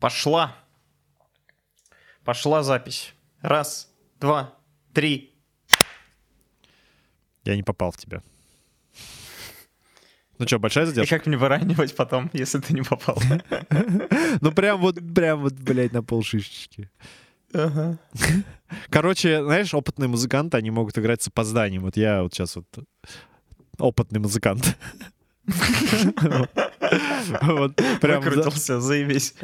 Пошла. Пошла запись. 1, 2, 3. Я не попал в тебя. Ну что, большая задержка? И как мне выравнивать потом, если ты не попал? Ну прям вот, блядь, на полшишечки. Ага. Короче, знаешь, опытные музыканты, они могут играть с опозданием. Вот я вот сейчас вот опытный музыкант. Выкрутился, заебись.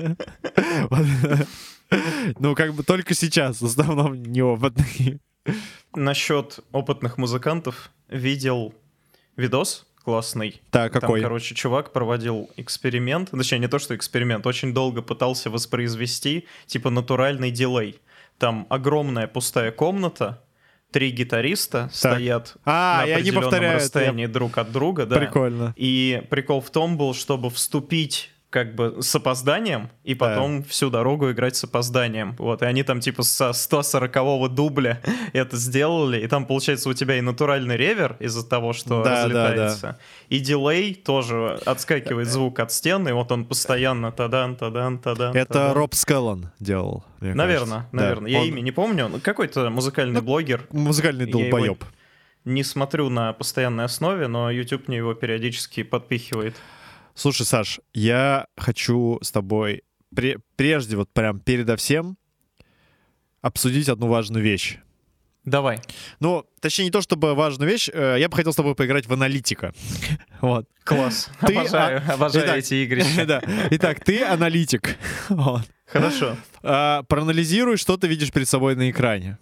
Ну, как бы только сейчас, в основном неопытный. Насчет опытных музыкантов видел видос классный. Так, какой? Там, короче, чувак проводил эксперимент. Точнее, не то, что эксперимент. Очень долго пытался воспроизвести, типа, натуральный дилей. Там огромная пустая комната, 3 гитариста стоят на определенном расстоянии друг от друга. Да. Прикольно. И прикол в том был, чтобы вступить как бы с опозданием, и потом всю дорогу играть с опозданием. Вот, и они там типа со 140-го дубля это сделали, и там, получается, у тебя и натуральный ревер из-за того, что разлетается, и дилей тоже отскакивает звук от стены, и вот он постоянно тадан. Это Роб Скеллон делал, мне Наверное. Я имя не помню. Какой-то музыкальный блогер. Музыкальный долбоеб. Не смотрю на постоянной основе, но YouTube мне его периодически подпихивает. Слушай, Саш, я хочу с тобой прежде, вот прям передо всем, обсудить одну важную вещь. Давай. Ну, точнее, не то чтобы важную вещь, я бы хотел с тобой поиграть в аналитика. Вот. Класс. Обожаю эти игры. Итак, ты аналитик. Хорошо. Проанализируй, что ты видишь перед собой на экране.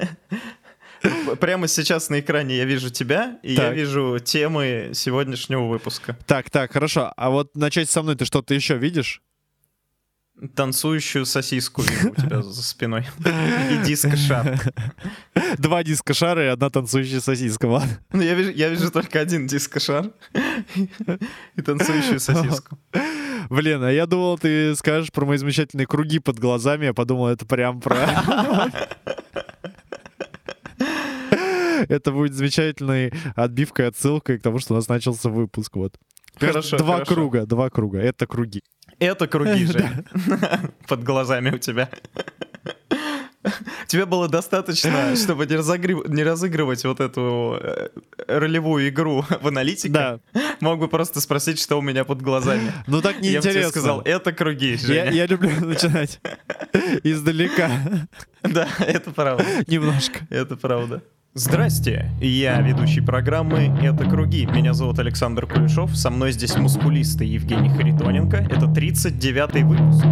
Прямо сейчас на экране я вижу тебя, и я вижу темы сегодняшнего выпуска. Так, хорошо. А вот начать со мной ты что-то еще видишь? Танцующую сосиску вижу у тебя за спиной. И диско-шар. 2 диско-шара и 1 танцующая сосиска, ладно? Ну, я вижу только 1 диско-шар и танцующую сосиску. Блин, а я думал, ты скажешь про мои замечательные круги под глазами. Я подумал, это прям про... Это будет замечательной отбивкой, отсылкой к тому, что у нас начался выпуск. Вот. Хорошо. 2 круга. Это круги. Это круги же. Под глазами у тебя. Тебе было достаточно, чтобы не разыгрывать вот эту ролевую игру в аналитике. Да. Мог бы просто спросить, что у меня под глазами. Ну так неинтересно. Я бы тебе сказал, это круги, Женя. Я люблю начинать издалека. Да, это правда. Немножко. Это правда. Здрасте, я ведущий программы «Это круги». Меня зовут Александр Кулешов, со мной здесь мускулистый Евгений Харитоненко. Это 39-й выпуск.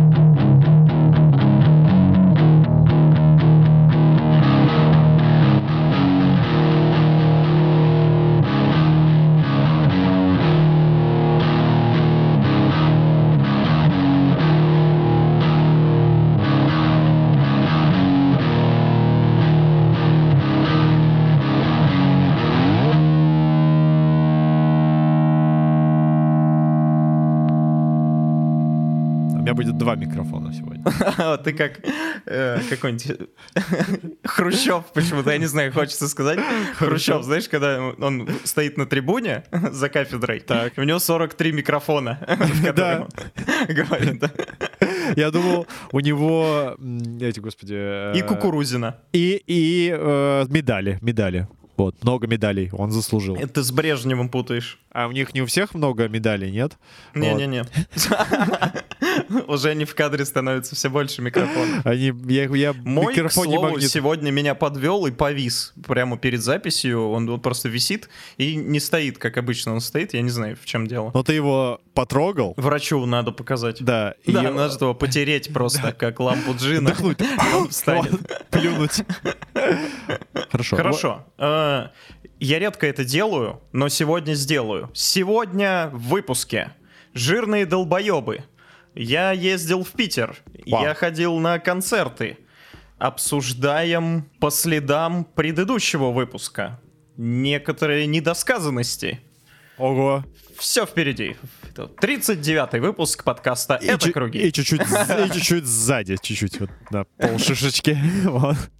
Будет 2 микрофона сегодня. Ты как какой-нибудь Хрущев почему-то, я не знаю, хочется сказать. Хрущев, знаешь, когда он стоит на трибуне за кафедрой, у него 43 микрофона, в которых он говорит. Я думал, у него эти, господи... И Кукурузина. И медали. Вот, много медалей, он заслужил. Это ты с Брежневым путаешь. А у них не у всех много медалей, нет? Не-не-не. Уже не в кадре становится все больше микрофонов. Мой, к слову, сегодня меня подвел и повис прямо перед записью. Он вот просто висит и не стоит, как обычно он стоит. Я не знаю, в чем дело. Но ты его потрогал? Врачу надо показать. Да. Да, надо его потереть просто, как лампу джина. Вдохнуть. Плюнуть. Хорошо. Я редко это делаю, но сегодня сделаю. Сегодня в выпуске «Жирные долбоебы». Я ездил в Питер, я ходил на концерты. Обсуждаем по следам предыдущего выпуска некоторые недосказанности. Ого. Все впереди. 39-й выпуск подкаста «Это круги». И чуть-чуть сзади, чуть-чуть вот на полшишечки. Вот.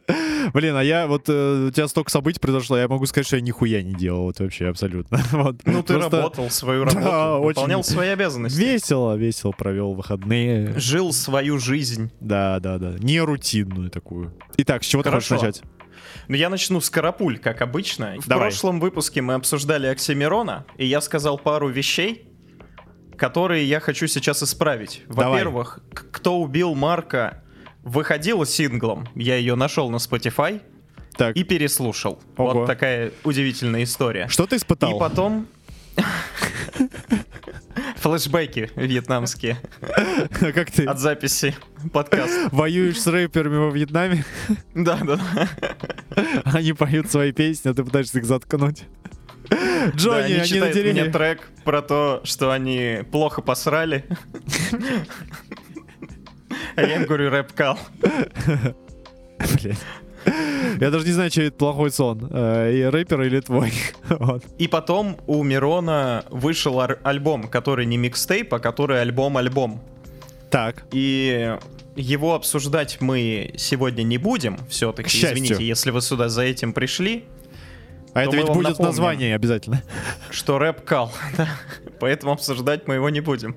Блин, а я вот у тебя столько событий произошло, я могу сказать, что я нихуя не делал, вот вообще абсолютно. Вот. Ну, ты Просто работал свою работу, Да, выполнял очень свои обязанности. весело провел выходные. Жил свою жизнь. Да. Не рутинную такую. Итак, с чего ты хочешь Хорошо. начать? Ну, я начну с карапуль, как обычно. В Давай. прошлом выпуске мы обсуждали Оксимирона, и я сказал пару вещей, которые я хочу сейчас исправить. Давай. Во-первых, «Кто убил Марка» выходила синглом. Я ее нашел на Spotify Так, и переслушал. Ого. Вот такая удивительная история. что ты испытал? И потом... Флэшбэки вьетнамские Как ты от записи подкаста. воюешь с рэперами во Вьетнаме, Да. они поют свои песни, а ты пытаешься их заткнуть. Да, Джонни, они они на читают мне деревне. трек про то, что они плохо посрали. А я им говорю рэп-кал. Блин. Я даже не знаю, чей это плохой сон. И рэпер или твой. Вот. И потом у Мирона вышел альбом, который не микстейп, а который альбом-альбом. Так. И его обсуждать мы сегодня не будем, К все-таки. счастью. Извините, если вы сюда за этим пришли, А это мы ведь вам будет напомним. название обязательно. что рэп-кал. Да. Поэтому обсуждать мы его не будем.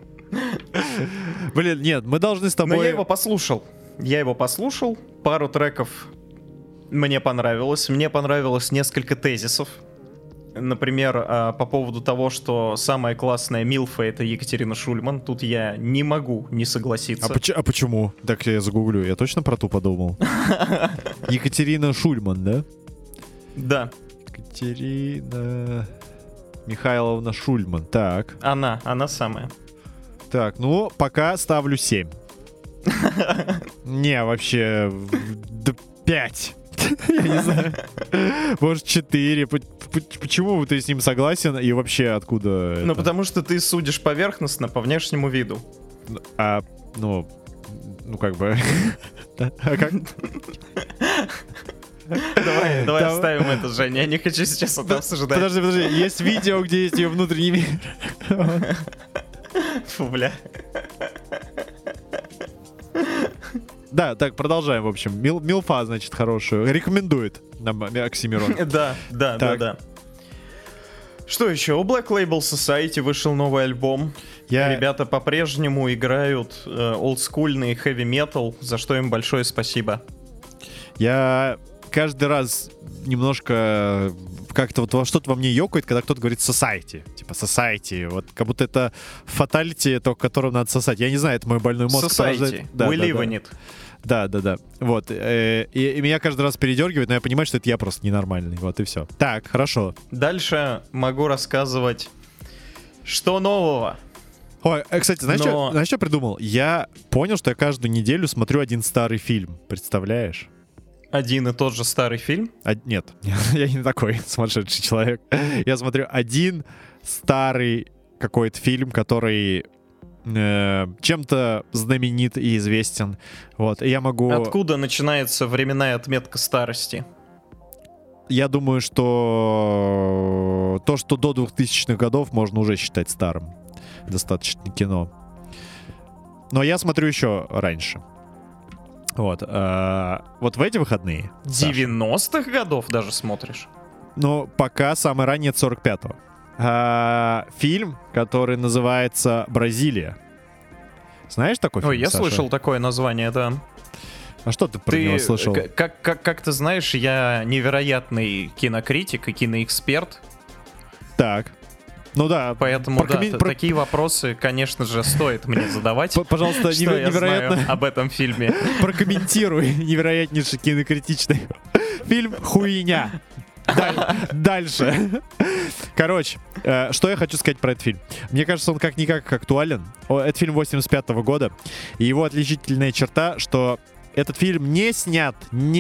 Блин, нет, мы должны с Но тобой... я его послушал. Пару треков мне понравилось. Мне понравилось несколько тезисов. Например, по поводу того, что самая классная милфа — это Екатерина Шульман. Тут я не могу не согласиться. А почему? Так я загуглю, я точно про ту подумал. Екатерина Шульман, да? Да, Екатерина Михайловна Шульман. Так, она самая. так, ну, пока ставлю 7. Не, вообще, 5. Я не знаю. Может, 4. Почему ты с ним согласен и вообще откуда Ну, это? потому что ты судишь поверхностно по внешнему виду. Ну, как бы... А как? Давай Давай. оставим это, Женя. Я не хочу сейчас это обсуждать. Подожди, есть видео, где есть ее внутренний мир. Фу, бля. Да, так, продолжаем, в общем. Милфа, значит, хорошую. Рекомендует нам Оксимирон. Да. Что еще? У Black Label Society вышел новый альбом. Ребята по-прежнему играют олдскульный хэви-метал, за что им большое спасибо. Я каждый раз немножко как-то вот что-то во мне ёкает, когда кто-то говорит society. Типа society. Вот как будто это fatality, то, которым надо сосать. Я не знаю, это мой больной мозг. Society. We live in it. Да. Вот. И меня каждый раз передергивает, но я понимаю, что это я просто ненормальный. Вот и все. Так, хорошо. Дальше могу рассказывать, что нового. Ой, кстати, знаешь, что я придумал? Я понял, что я каждую неделю смотрю один старый фильм. Представляешь? Один и тот же старый фильм? Нет, я не такой сумасшедший человек. Я смотрю один старый какой-то фильм, который чем-то знаменит и известен. Вот, и я могу... Откуда начинается временная отметка старости? Я думаю, что то, что до 2000-х годов, можно уже считать старым. Достаточно кино. Но я смотрю еще раньше. Вот. Вот в эти выходные... 90-х годов даже смотришь? Ну, пока самый ранний от 45-го. Фильм, который называется «Бразилия». Знаешь такой фильм, Ой, я Саша? слышал такое название, да. А что ты про него слышал? Как ты знаешь, я невероятный кинокритик и киноэксперт. Так. Ну да. Поэтому такие вопросы, конечно же, стоит мне задавать. Пожалуйста, что я невероятно знаю об этом фильме. прокомментируй невероятнейший кинокритичный фильм «Хуйня». Дальше. Короче, что я хочу сказать про этот фильм. Мне кажется, он как-никак актуален. Это фильм 85-го года. И его отличительная черта, что этот фильм не снят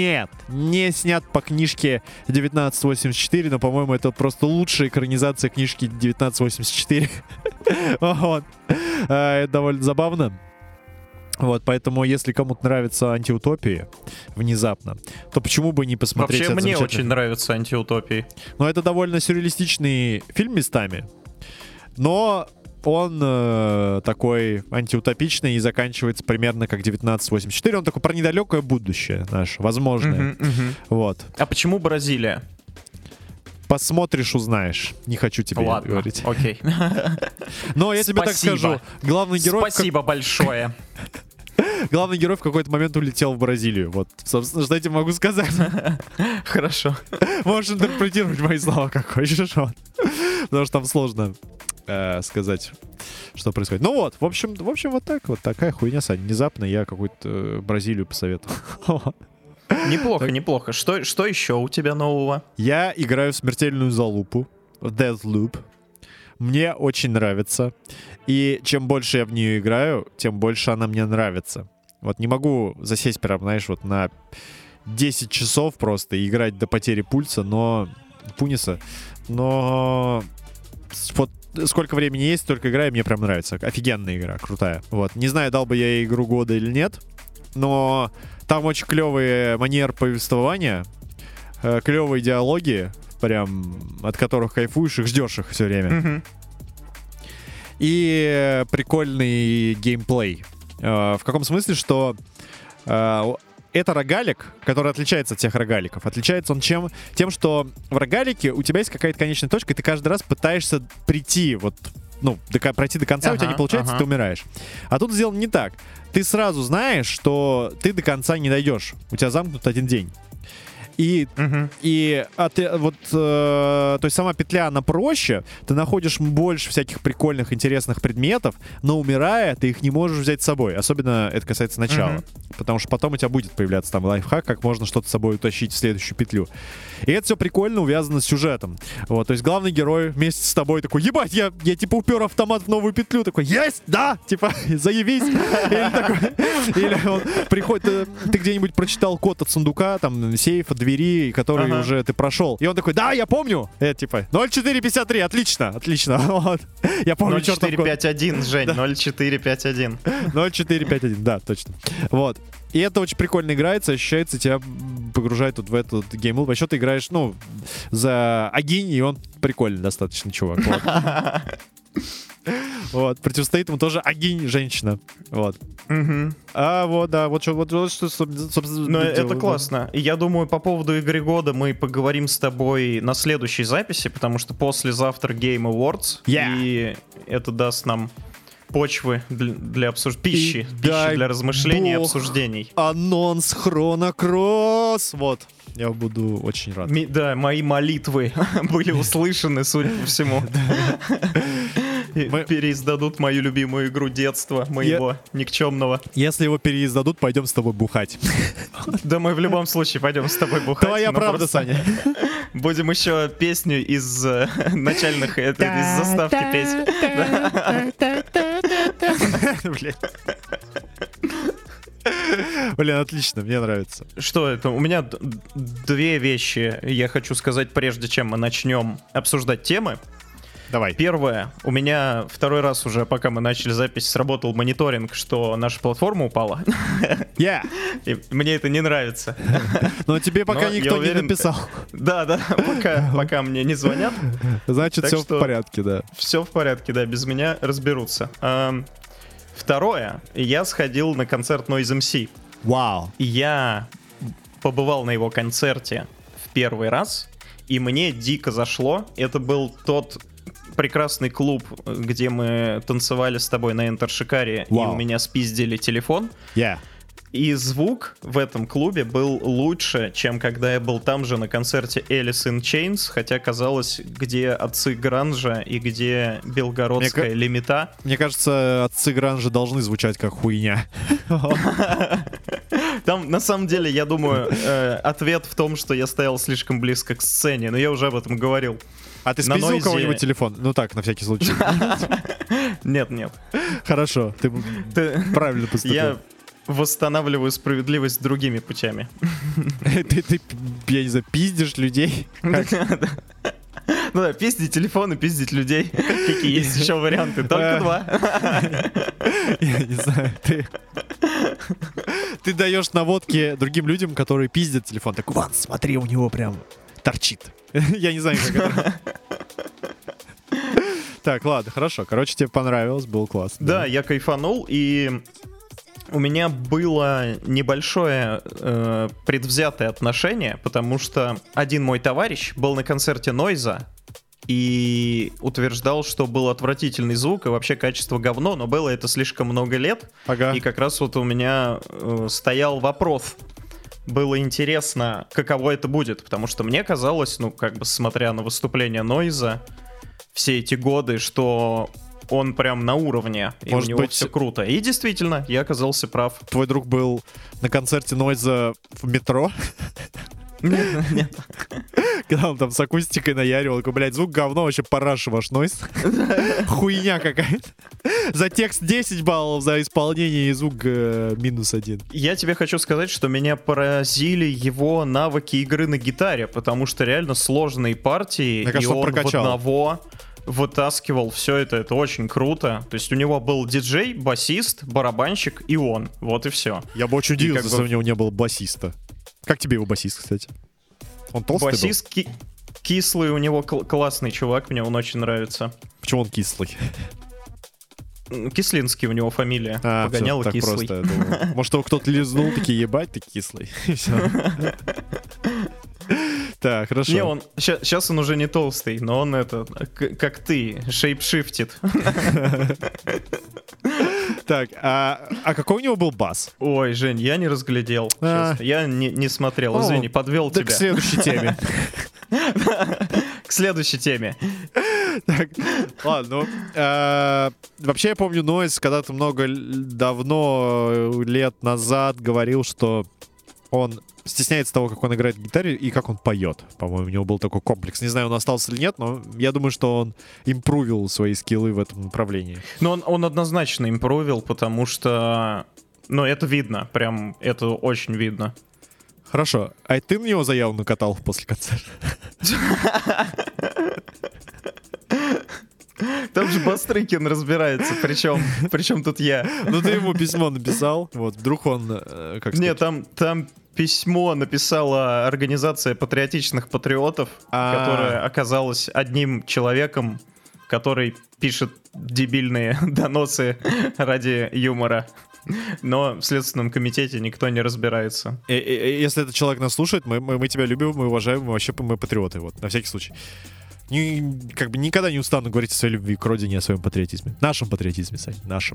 по книжке 1984, но, по-моему, это просто лучшая экранизация книжки 1984. Вот. Это довольно забавно. Вот, поэтому, если кому-то нравятся антиутопии внезапно, то почему бы не посмотреть Вообще, этот мне замечательный очень нравятся антиутопии. Но это довольно сюрреалистичный фильм местами. Но он такой антиутопичный и заканчивается примерно как 1984. Он такой про недалекое будущее наше, возможное. Вот. А почему Бразилия? Посмотришь, узнаешь. Не хочу тебе говорить. Окей. Но я тебе так скажу. Главный герой... Спасибо большое. Главный герой в какой-то момент улетел в Бразилию. Вот, собственно, что я тебе могу сказать. Хорошо. Можешь интерпретировать мои слова как хочешь. Вот. Потому что там сложно сказать, что происходит. Ну вот, в общем, вот так. Вот такая хуйня, Сань. Внезапно я какую-то Бразилию посоветовал. Неплохо. Что еще у тебя нового? Я играю в смертельную залупу. Deathloop. Мне очень нравится. И чем больше я в нее играю, тем больше она мне нравится. Вот не могу засесть прям, знаешь, вот на 10 часов просто и играть до потери пульса, но вот сколько времени есть, столько играю, мне прям нравится. Офигенная игра, крутая. Вот. Не знаю, дал бы я ей игру года или нет, но там очень клевые манеры повествования, клевые диалоги, прям от которых кайфуешь, их ждешь их все время. И прикольный геймплей. В каком смысле, что это рогалик, который отличается от всех рогаликов. Отличается он тем, что в рогалике у тебя есть какая-то конечная точка, и ты каждый раз пытаешься пройти до конца, у тебя не получается, ты умираешь. А тут сделано не так. Ты сразу знаешь, что ты до конца не дойдешь. У тебя замкнут один день. То есть сама петля, она проще, ты находишь больше всяких прикольных, интересных предметов, но умирая, ты их не можешь взять с собой. Особенно это касается начала. Потому что потом у тебя будет появляться там лайфхак, как можно что-то с собой утащить в следующую петлю. И это все прикольно увязано с сюжетом. Вот, то есть главный герой вместе с тобой такой: ебать, я типа упер автомат в новую петлю, такой: есть, да, типа, заебись. Или он приходит, ты где-нибудь прочитал код от сундука, там, сейфа, двери, который уже ты прошел. И он такой: да, я помню. Это типа 0453, отлично. Вот. Я помню, 0451, Жень, 0451. 0451, да, точно. Вот. И это очень прикольно играется, ощущается, тебя погружает вот в этот геймлуп. А еще ты играешь, за Агинь, и он прикольный достаточно, чувак. Вот. Противостоит ему тоже Агинь, женщина. Вот. А вот, да, вот что, собственно... Ну, это классно. И я думаю, по поводу игры года мы поговорим с тобой на следующей записи, потому что послезавтра Game Awards, и это даст нам почвы для обсуждения, пищи для размышлений и обсуждений. Анонс Chrono Cross! Вот. Я буду очень рад. Да, мои молитвы были услышаны, судя по всему. Переиздадут мою любимую игру детства, моего никчемного. Если его переиздадут, пойдем с тобой бухать. Да мы в любом случае пойдем с тобой бухать. Твоя правда, Саня. Будем еще песню из начальных, из заставки петь. Блин, отлично, мне нравится. Что это? У меня две вещи я хочу сказать, прежде чем мы начнем обсуждать темы. Давай. Первое. У меня второй раз уже, пока мы начали запись, сработал мониторинг, что наша платформа упала. И мне это не нравится. Но тебе пока никто не написал. Да, пока мне не звонят. Значит, все в порядке, да. Все в порядке, да, без меня разберутся. Второе. Я сходил на концерт Noise MC. Вау. Я побывал на его концерте в первый раз, и мне дико зашло. Это был тот прекрасный клуб, где мы танцевали с тобой на Интершикаре, и у меня спиздили телефон. И звук в этом клубе был лучше, чем когда я был там же на концерте Alice in Chains, хотя казалось, где отцы гранжа и где белгородская лимита. Мне кажется, отцы гранжа должны звучать как хуйня. Там, на самом деле, я думаю, ответ в том, что я стоял слишком близко к сцене, но я уже об этом говорил. А ты спиздил у кого-нибудь телефон? Ну так, на всякий случай. Нет. Хорошо, ты правильно поступил. Я восстанавливаю справедливость другими путями. Ты, я не знаю, пиздишь людей? Ну да, пиздить телефоны, пиздить людей. Какие есть еще варианты? Только два. Я не знаю, ты даешь наводки другим людям, которые пиздят телефон. Так, Ван, смотри, у него прям торчит. Я не знаю, как это. Так, ладно, хорошо. Короче, тебе понравилось, был классно. Да, я кайфанул, и у меня было небольшое предвзятое отношение, потому что один мой товарищ был на концерте Нойза и утверждал, что был отвратительный звук и вообще качество говно, но было это слишком много лет. Ага. И как раз вот у меня стоял вопрос. Было интересно, каково это будет, потому что мне казалось, ну, как бы смотря на выступление Нойза все эти годы, что он прям на уровне, и Может у него быть, все круто. И действительно, я оказался прав. Твой друг был на концерте Нойза в метро, Нет. когда он там с акустикой наяривал. Такой, блядь, звук говно, вообще параша ваш Нойз. Хуйня какая-то. За текст 10 баллов, за исполнение и звук -1. Я тебе хочу сказать, что меня поразили его навыки игры на гитаре, потому что реально сложные партии, Мне кажется, и он он в прокачал. одного вытаскивал все это очень круто. То есть у него был диджей, басист, барабанщик и он. Вот и все. Я бы очень удивился, как бы- если у него не было басиста. Как тебе его басист, кстати? Он толстый был? Басист кислый, у него классный чувак, мне он очень нравится. Почему он кислый? Кислинский у него фамилия. А, Погонял всё, так кислый. просто, я думал. Может, его кто-то лизнул, такие, ебать, ты кислый. И всё. Так, хорошо. Не, он сейчас он уже не толстый, но он это, как ты, шейпшифтит. Так, а какой у него был бас? Ой, Жень, я не разглядел, А. честно. Я не смотрел, О, извини, подвел Да к тебя. следующей теме. К следующей теме. Так, ладно, ну, вообще я помню Нойз когда-то давно, лет назад говорил, что он стесняется того, как он играет на гитаре и как он поет. По-моему, у него был такой комплекс. Не знаю, он остался или нет, но я думаю, что он импрувил свои скиллы в этом направлении. Но он однозначно импровил, потому что, ну, это видно, прям, это очень видно. Хорошо, а ты на него заяву накатал после концерта? Там же Бастрыкин разбирается, причем тут я. Ну, ты ему письмо написал, вот, вдруг он, как Нет, сказать... там письмо написала Организация патриотичных патриотов, которая оказалась одним человеком, который пишет дебильные доносы ради юмора. Но в Следственном комитете никто не разбирается. Если этот человек нас слушает, мы тебя любим, мы уважаем, мы вообще мы патриоты, вот, на всякий случай. Как бы никогда не устану говорить о своей любви к родине, о своем патриотизме. Нашем патриотизме, Сань, нашем.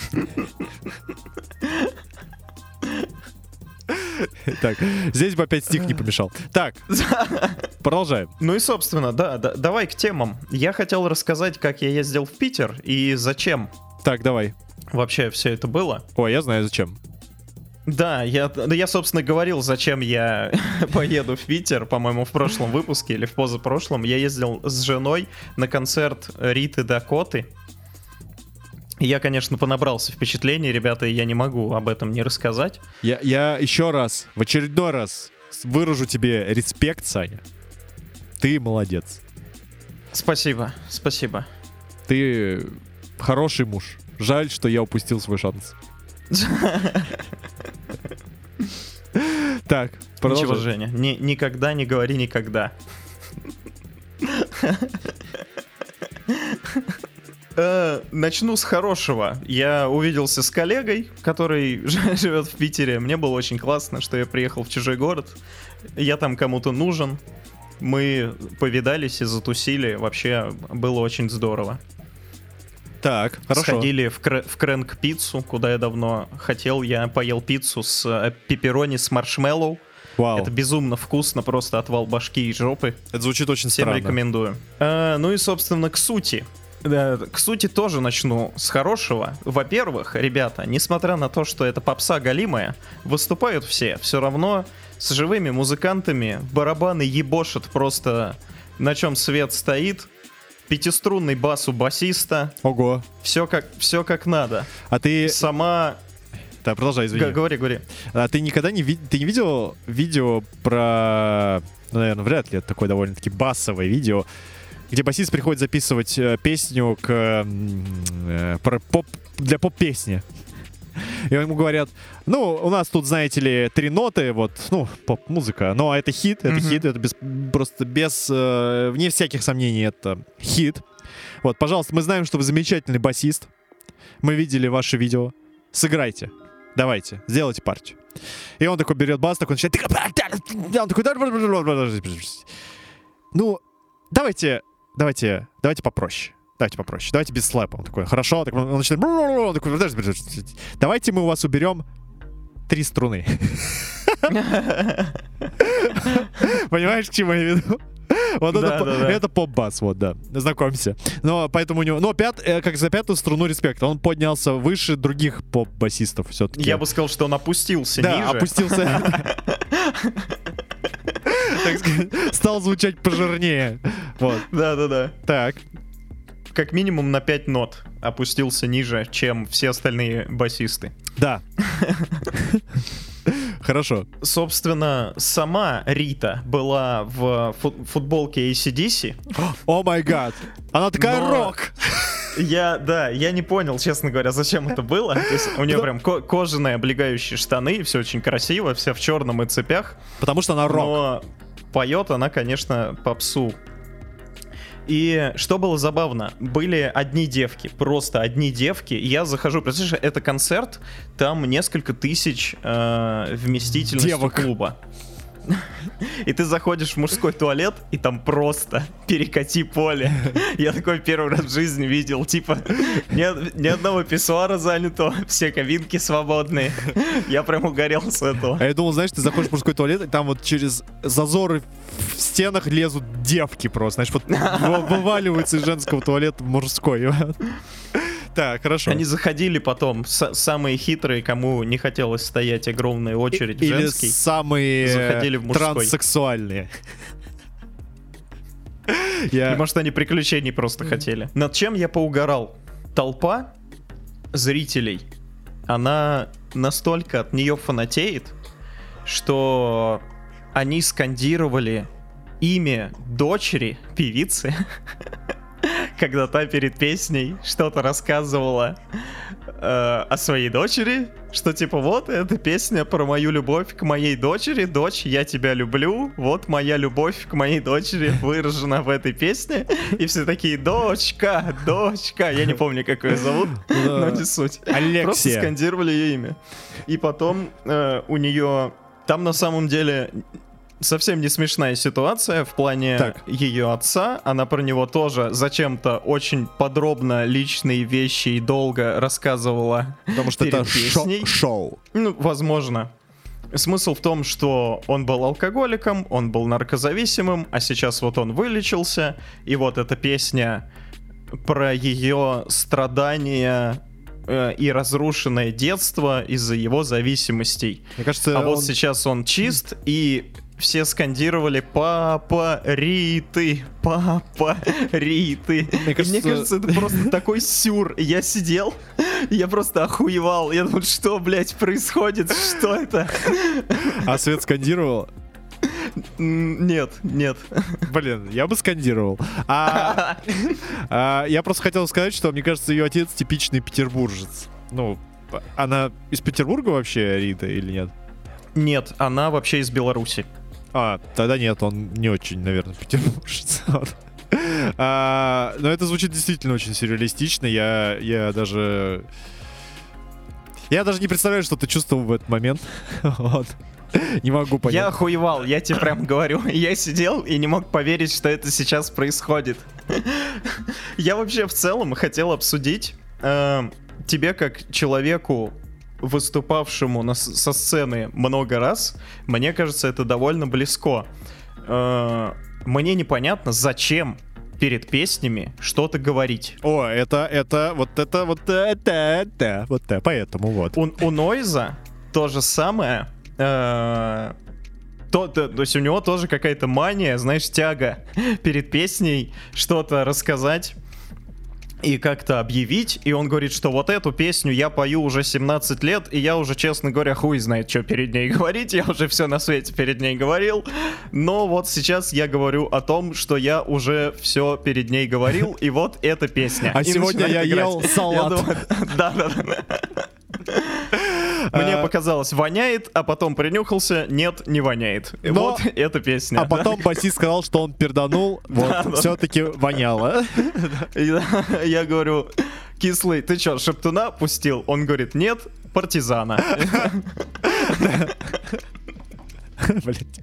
Так, здесь бы опять стих не помешал. Так, продолжаем. Ну и, собственно, да, давай к темам. Я хотел рассказать, как я ездил в Питер и зачем Так, давай. вообще все это было. Ой, я знаю зачем. Да, я, собственно, говорил, зачем я поеду в Питер, по-моему, в прошлом выпуске или в позапрошлом. Я ездил с женой на концерт Риты Дакоты. Я, конечно, понабрался впечатлений, ребята, и я не могу об этом не рассказать. Я еще раз, в очередной раз выражу тебе респект, Саня. Ты молодец. Спасибо, спасибо. Ты хороший муж. Жаль, что я упустил свой шанс. Так, Ничего, продолжай. Женя, никогда не говори никогда. Начну с хорошего. Я увиделся с коллегой, который живет в Питере. Мне было очень классно, что я приехал в чужой город. Я там кому-то нужен. Мы повидались и затусили. Вообще было очень здорово. Так, хорошо. Сходили в Крэнк-пиццу, куда я давно хотел. Я поел пиццу с пепперони с маршмеллоу. Вау. Это безумно вкусно, просто отвал башки и жопы. Это звучит очень Всем странно. рекомендую. Ну и, собственно, к сути. К сути тоже начну с хорошего. Во-первых, ребята, несмотря на то, что это попса галимая, выступают все равно с живыми музыкантами, барабаны ебошат просто на чем свет стоит, пятиструнный бас у басиста, Ого. все как надо. А ты... Сама... Да, продолжай, извини. Говори. А ты никогда не видел видео про... Ну, наверное, вряд ли это такое довольно-таки басовое видео, где басист приходит записывать песню для поп-песни. И ему говорят, ну, у нас тут, знаете ли, 3 ноты, вот, ну, поп-музыка, но это хит, это хит, это просто без, вне всяких сомнений, это хит. Вот, пожалуйста, мы знаем, что вы замечательный басист. Мы видели ваше видео. Сыграйте. Давайте, сделайте партию. И он такой берет бас, такой начинает... Он такой... Ну, давайте попроще. Давайте без слэпа. Он такой, хорошо. Он начинает... Он такой, давайте мы у вас уберем 3 струны. Понимаешь, к чему я веду? Вот это поп-бас, вот, да. Знакомься. Но поэтому у него... Но как за 5-ю струну респект. Он поднялся выше других поп-басистов все-таки. Я бы сказал, что он опустился ниже. Да, опустился. Так сказать, стал звучать пожирнее. Вот. Да. Так. Как минимум на 5 нот опустился ниже, чем все остальные басисты. Да. Хорошо. Собственно, сама Рита была в футболке AC/DC. О май гад. Она такая рок. Я не понял, честно говоря, зачем это было. То есть у нее прям кожаные облегающие штаны, все очень красиво, вся в черном и цепях. Потому что она рок. Но поет она, конечно, попсу. И что было забавно, были одни девки, просто одни девки. Я захожу, представляешь, это концерт, там несколько тысяч вместительностью клуба. И ты заходишь в мужской туалет, и там просто перекати поле. Я такой первый раз в жизни видел, типа, ни одного писсуара занятого, все кабинки свободные. Я прям угорел с этого. А я думал, знаешь, ты заходишь в мужской туалет, и там вот через зазоры в стенах лезут девки просто, знаешь, вот вываливаются из женского туалета в мужской. Так, хорошо. Они заходили потом, самые хитрые, кому не хотелось стоять огромная очередь или женский. Или самые транссексуальные. И может они приключений просто хотели. Над чем я поугарал? Толпа зрителей, она настолько от нее фанатеет, что они скандировали имя дочери певицы, когда та перед песней что-то рассказывала о своей дочери, что типа вот, эта песня про мою любовь к моей дочери, дочь, я тебя люблю, вот моя любовь к моей дочери выражена в этой песне, и все такие, дочка, я не помню, как ее зовут, но не суть. Алексия. Просто скандировали ее имя. И потом у нее, там на самом деле... Совсем не смешная ситуация в плане ее отца. Она про него тоже зачем-то очень подробно личные вещи и долго рассказывала. Потому что это шоу. Ну, возможно. Смысл в том, что он был алкоголиком, он был наркозависимым, а сейчас вот он вылечился. И вот эта песня про ее страдания и разрушенное детство из-за его зависимостей. Мне кажется, вот сейчас он чист, и все скандировали «Папа Риты! Папа Риты!» Мне кажется, это просто такой сюр. Я сидел, я просто охуевал. Я думал, что, блядь, происходит? Что это? А Свет скандировал? Нет. Блин, я бы скандировал. Я просто хотел сказать, что, мне кажется, ее отец типичный петербуржец. Ну, она из Петербурга вообще, Рита, или нет? Нет, она вообще из Беларуси. Тогда нет, он не очень, наверное, петербуржец. Но это звучит действительно очень сюрреалистично. Я даже не представляю, что ты чувствовал в этот момент. Вот. Не могу понять. Я охуевал, я тебе прям говорю. Я сидел и не мог поверить, что это сейчас происходит. Я вообще в целом хотел обсудить тебе как человеку, выступавшему со сцены много раз, мне кажется, это довольно близко. Мне непонятно, зачем перед песнями что-то говорить. Поэтому вот. У Нойза то же самое. То есть у него тоже какая-то мания, знаешь, тяга перед песней что-то рассказать и как-то объявить, и он говорит, что вот эту песню я пою уже 17 лет, и я уже, честно говоря, хуй знает, что перед ней говорить, я уже все на свете перед ней говорил, но вот сейчас я говорю о том, что я уже все перед ней говорил, и вот эта песня. А сегодня я ел салат. Да. Мне показалось, воняет, а потом принюхался, нет, не воняет. Но- Вот эта песня. А потом басист сказал, что он перданул, вот, все-таки воняло. Я говорю, кислый, ты чё, шептуна пустил? Он говорит, нет, партизана. Блядь.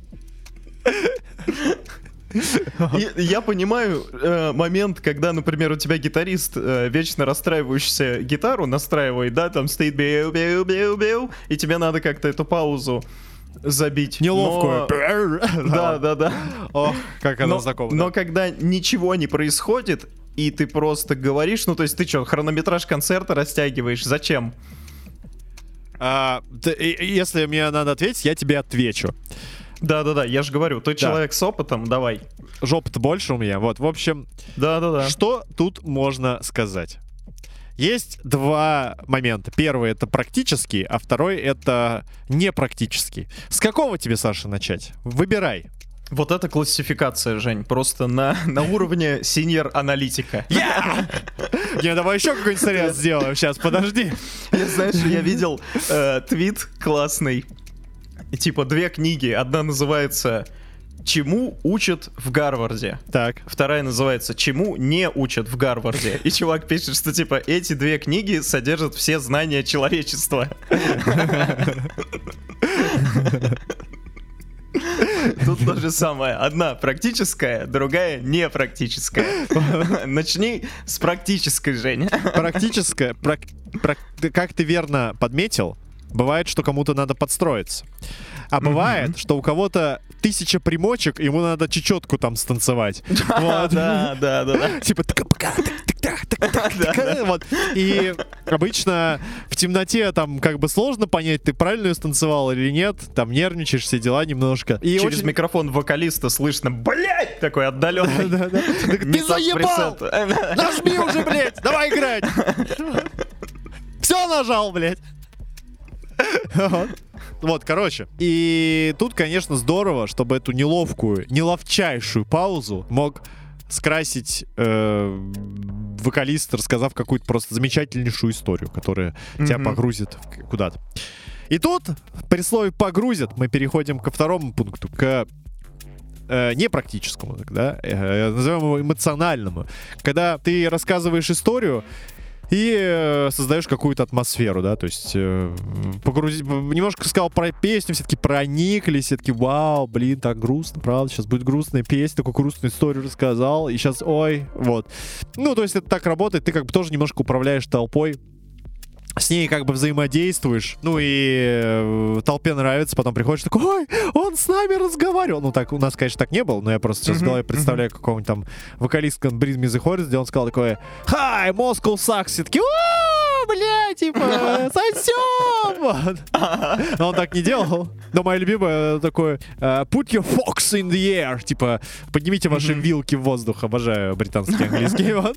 И я понимаю момент, когда, например, у тебя гитарист, вечно расстраивающийся гитару настраивает, да, там стоит беу-беу-беу-беу, и тебе надо как-то эту паузу забить. Неловкую. Да. Ох, как она знакома. Но когда ничего не происходит, и ты просто говоришь, ну то есть ты что, хронометраж концерта растягиваешь, зачем? Если мне надо ответить, я тебе отвечу. Да, я же говорю, ты человек с опытом, давай. Жопа-то больше у меня. Вот, в общем, Да. что тут можно сказать? Есть два момента. Первый — это практический, а второй — это непрактический. С какого тебе, Саша, начать? Выбирай. Вот это классификация, Жень, просто на уровне синьор-аналитика. Не, давай еще какой-нибудь срез сделаем. Сейчас, подожди. Знаешь, я видел твит классный. Типа 2 книги. Одна называется «Чему учат в Гарварде?». Так. Вторая называется «Чему не учат в Гарварде?». И чувак пишет, что типа эти 2 книги содержат все знания человечества. Тут то же самое. Одна практическая, другая непрактическая. Начни с практической, Женя. Практическая, как ты верно подметил, бывает, что кому-то надо подстроиться. А бывает, что у кого-то 1000 примочек, ему надо чечетку там станцевать. Вот. Да. Типа вот. И обычно в темноте там как бы сложно понять, ты правильно ее станцевал или нет. Там нервничаешь, все дела немножко. И через микрофон вокалиста слышно, блять, такой отдаленный. Ты заебал! Нажми уже, блять! Давай играть! Все нажал, блять! Вот, короче. И тут, конечно, здорово, чтобы эту неловчайшую паузу мог скрасить вокалист, рассказав какую-то просто замечательнейшую историю, которая тебя погрузит куда-то. И тут, при слове «погрузит», мы переходим ко второму пункту, к непрактическому, да, назовем его эмоциональному. Когда ты рассказываешь историю и создаешь какую-то атмосферу, да, то есть немножко сказал про песню, все-таки прониклись, все-таки вау, блин, так грустно, правда, сейчас будет грустная песня, такую грустную историю рассказал, и сейчас, ой, вот. Ну, то есть это так работает, ты как бы тоже немножко управляешь толпой, с ней как бы взаимодействуешь, ну и толпе нравится, потом приходишь такой, ой, он с нами разговаривал. Ну так, у нас, конечно, так не было, но я просто сейчас в голове представляю какого-нибудь там вокалистка Breathe Me The Horizon, где он сказал такое, hi, Moscow sucks, все таки, о, бля, типа, сосем! Но он так не делал. Но моя любимая такое, put your forks in the air, типа, поднимите ваши вилки в воздух, обожаю британский английский, вот.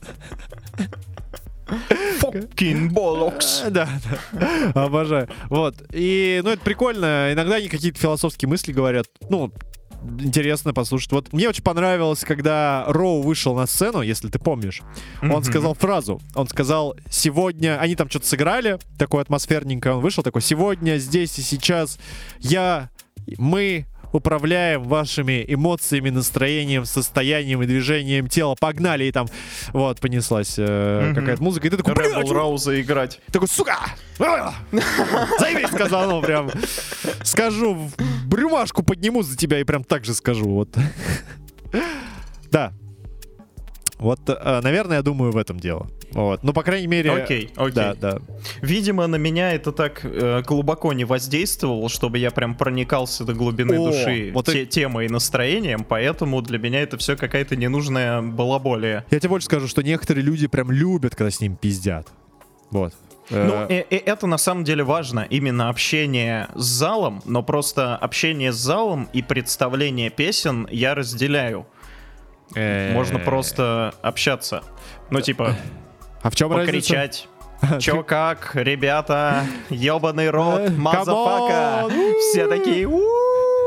Fucking bollocks. Да, обожаю. Вот. И, ну, это прикольно. Иногда они какие-то философские мысли говорят. Ну, интересно послушать. Вот мне очень понравилось, когда Роу вышел на сцену, если ты помнишь. Он сказал фразу. Он сказал, сегодня... Они там что-то сыграли, такое атмосферненькое. Он вышел такой, сегодня, здесь и сейчас мы управляем вашими эмоциями, настроением, состоянием и движением тела. Погнали! И там вот понеслась какая-то музыка. И ты такой, Рэббл Роуза играть. Такой, сука! Заебись, сказал он прям. Скажу, рюмашку подниму за тебя и прям так же скажу. Вот. Да. Вот, наверное, я думаю, в этом дело. Вот. Ну, по крайней мере... Окей. Да. Видимо, на меня это так глубоко не воздействовало, чтобы я прям проникался до глубины души вот темой и настроением, поэтому для меня это все какая-то ненужная балаболия. Я тебе больше скажу, что некоторые люди прям любят, когда с ним пиздят. Вот. Ну, это на самом деле важно, именно общение с залом, но просто общение с залом и представление песен я разделяю. Можно просто общаться. Ну, типа, а в чем покричать. Чё как, ребята, ёбаный рот, мазафака. Все такие,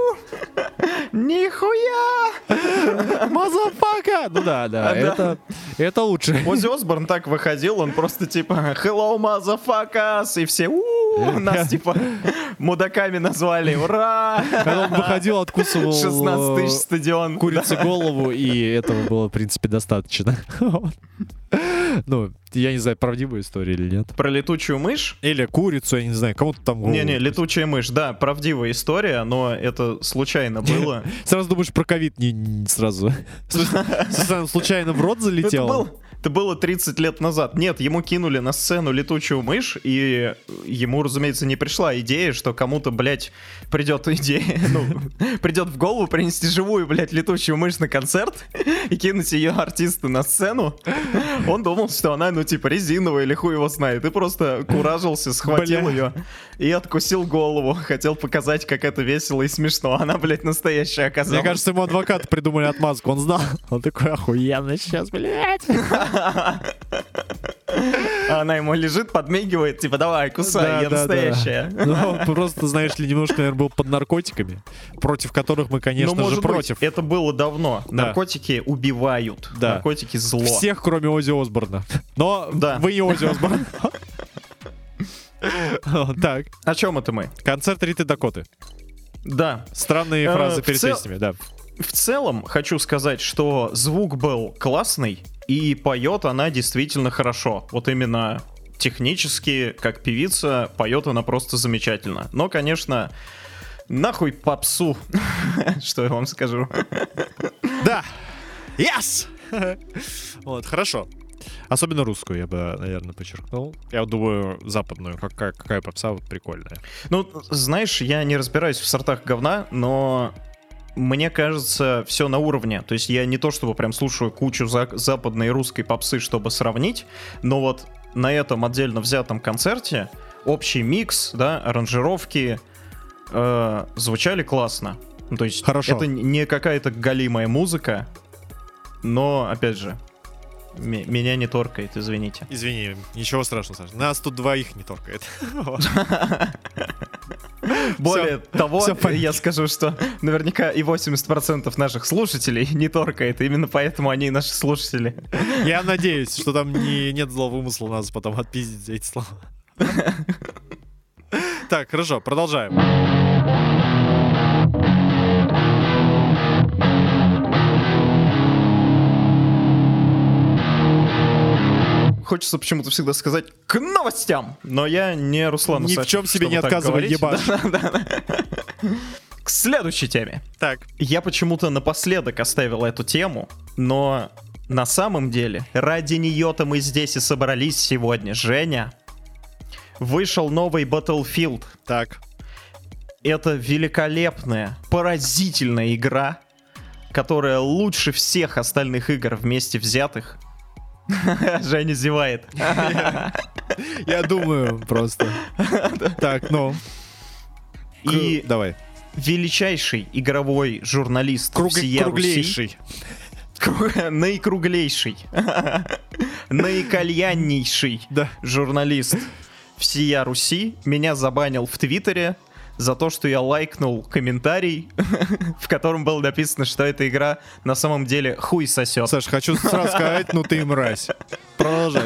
нихуя! Мазафака! Ну да, Это лучше. Оззи Осборн так выходил, он просто типа «Hello, motherfuckers!» и все нас типа мудаками назвали, ура! Когда он выходил, откусывал 16 тысяч стадион. курице голову, и этого было, в принципе, достаточно. Ну, я не знаю, правдивая история или нет. Про летучую мышь? Или курицу, я не знаю, кому-то там голову. Не-не, летучая мышь, да, правдивая история, но это случайно было. Сразу думаешь про ковид не сразу. Случайно в рот залетел? Это было 30 лет назад. Нет, ему кинули на сцену летучую мышь, и ему, разумеется, не пришла идея, что кому-то, блядь, придет в голову принести живую, блядь, летучую мышь на концерт и кинуть ее артисту на сцену. Он думал, что она, ну, типа, резиновая или хуй его знает. И просто куражился, схватил ее и откусил голову. Хотел показать, как это весело и смешно. Она, блядь, настоящая оказалась. Мне кажется, ему адвокаты придумали отмазку. Он знал. Он такой, охуенно сейчас, блядь. А она ему лежит, подмигивает, типа, давай, кусай, я настоящая. Ну, просто, знаешь ли, немножко, наверное, был под наркотиками, против которых мы, конечно же, против. Это было давно. Наркотики убивают. Наркотики зло. Всех, кроме Оззи Осборна. Но вы не Оззи Осборн. Так. О чем это мы? Концерт Риты Дакоты. Да. Странные фразы перед песнями, да. В целом, хочу сказать, что звук был классный, и поет она действительно хорошо. Вот именно технически, как певица, поет она просто замечательно. Но, конечно, нахуй попсу, что я вам скажу. Да. Yes! Вот, хорошо. Особенно русскую я бы, наверное, подчеркнул. Я думаю, западную, какая попса вот прикольная. Ну, знаешь, я не разбираюсь в сортах говна, но мне кажется, все на уровне. То есть я не то чтобы прям слушаю кучу западной и русской попсы, чтобы сравнить, но вот на этом отдельно взятом концерте общий микс, да, аранжировки звучали классно. Ну, то есть хорошо. Это не какая-то галимая музыка, но, опять же, меня не торкает, извините. Извини, ничего страшного, Саша. Нас тут двоих не торкает. Более того, я скажу, что наверняка и 80% наших слушателей не торкает. Именно поэтому они и наши слушатели. Я надеюсь, что там нет злого умысла нас потом отпиздить за эти слова. Так, хорошо, продолжаем. Хочется почему-то всегда сказать к новостям, но я не Руслан Ни в чем себе не отказывай, ебаш. К следующей теме. Так. Я почему-то напоследок оставил эту тему, но на самом деле ради нее-то мы здесь и собрались сегодня. Женя, вышел новый Battlefield. Так. Это великолепная, поразительная игра, которая лучше всех остальных игр вместе взятых. Женя зевает. Я думаю просто. Так, ну. И давай. Величайший игровой журналист всея Руси. Наикруглейший. Наикальяннейший журналист всея Руси меня забанил в Твиттере за то, что я лайкнул комментарий, в котором было написано, что эта игра на самом деле хуй сосет. Саш, хочу сразу сказать, ну ты мразь. Продолжай.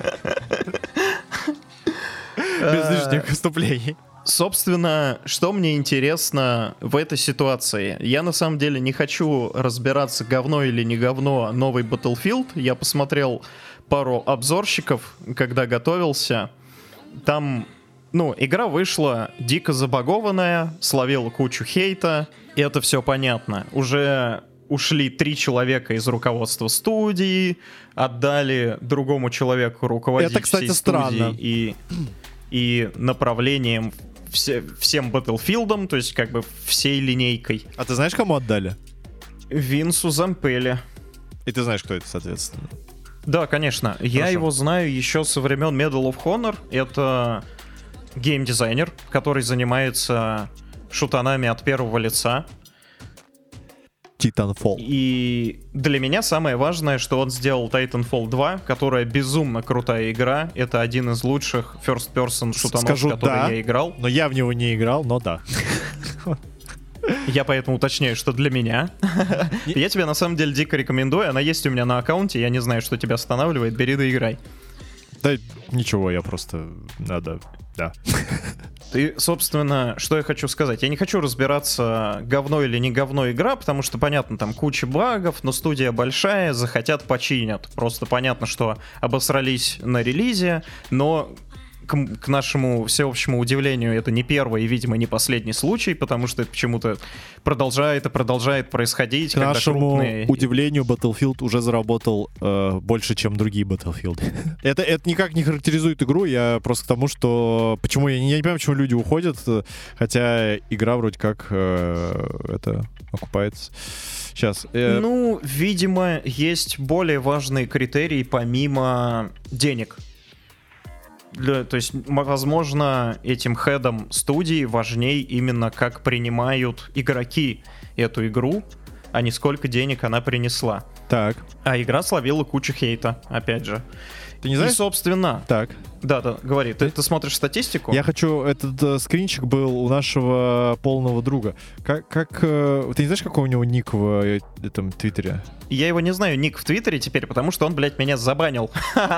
Без лишних выступлений. Собственно, что мне интересно в этой ситуации? Я на самом деле не хочу разбираться, говно или не говно новый Battlefield. Я посмотрел пару обзорщиков, когда готовился. Там, игра вышла дико забагованная, словила кучу хейта, и это все понятно. Уже ушли 3 человека из руководства студии, отдали другому человеку руководить это, кстати, всей странно. студии и направлением всем Battlefield'ом, то есть как бы всей линейкой. А ты знаешь, кому отдали? Винсу Зампелле. И ты знаешь, кто это, соответственно? Да, конечно. Хорошо. Я его знаю еще со времен Medal of Honor. Это геймдизайнер, который занимается шутанами от первого лица. Titanfall. И для меня самое важное, что он сделал Titanfall 2, которая безумно крутая игра. Это один из лучших first-person шутанов, в которые я играл. Но я в него не играл, но да. Я поэтому уточняю, что для меня. Я тебе на самом деле дико рекомендую. Она есть у меня на аккаунте. Я не знаю, что тебя останавливает. Бери да играй. Да ничего, я просто... Надо... Да. И, собственно, что я хочу сказать. Я не хочу разбираться, говно или не говно игра, потому что, понятно, там куча багов, но студия большая, захотят — починят. Просто понятно, что обосрались на релизе, но... К нашему всеобщему удивлению, это не первый и, видимо, не последний случай, потому что это почему-то продолжает и продолжает происходить. К нашему удивлению, Battlefield уже заработал больше, чем другие Battlefield. это никак не характеризует игру, я просто к тому, что... Почему я не понимаю, почему люди уходят, хотя игра вроде как это окупается. Сейчас. Ну, видимо, есть более важные критерии помимо денег. То есть, возможно, этим хедам студии важней именно как принимают игроки эту игру, а не сколько денег она принесла. Так. А игра словила кучу хейта, опять же. Ты не знаешь? И, собственно... Так. Да, говори. Ты смотришь статистику? Я хочу... Этот скринчик был у нашего полного друга. Как ты не знаешь, какой у него ник в этом Твиттере? Я его не знаю, ник в Твиттере теперь, потому что он, блядь, меня забанил.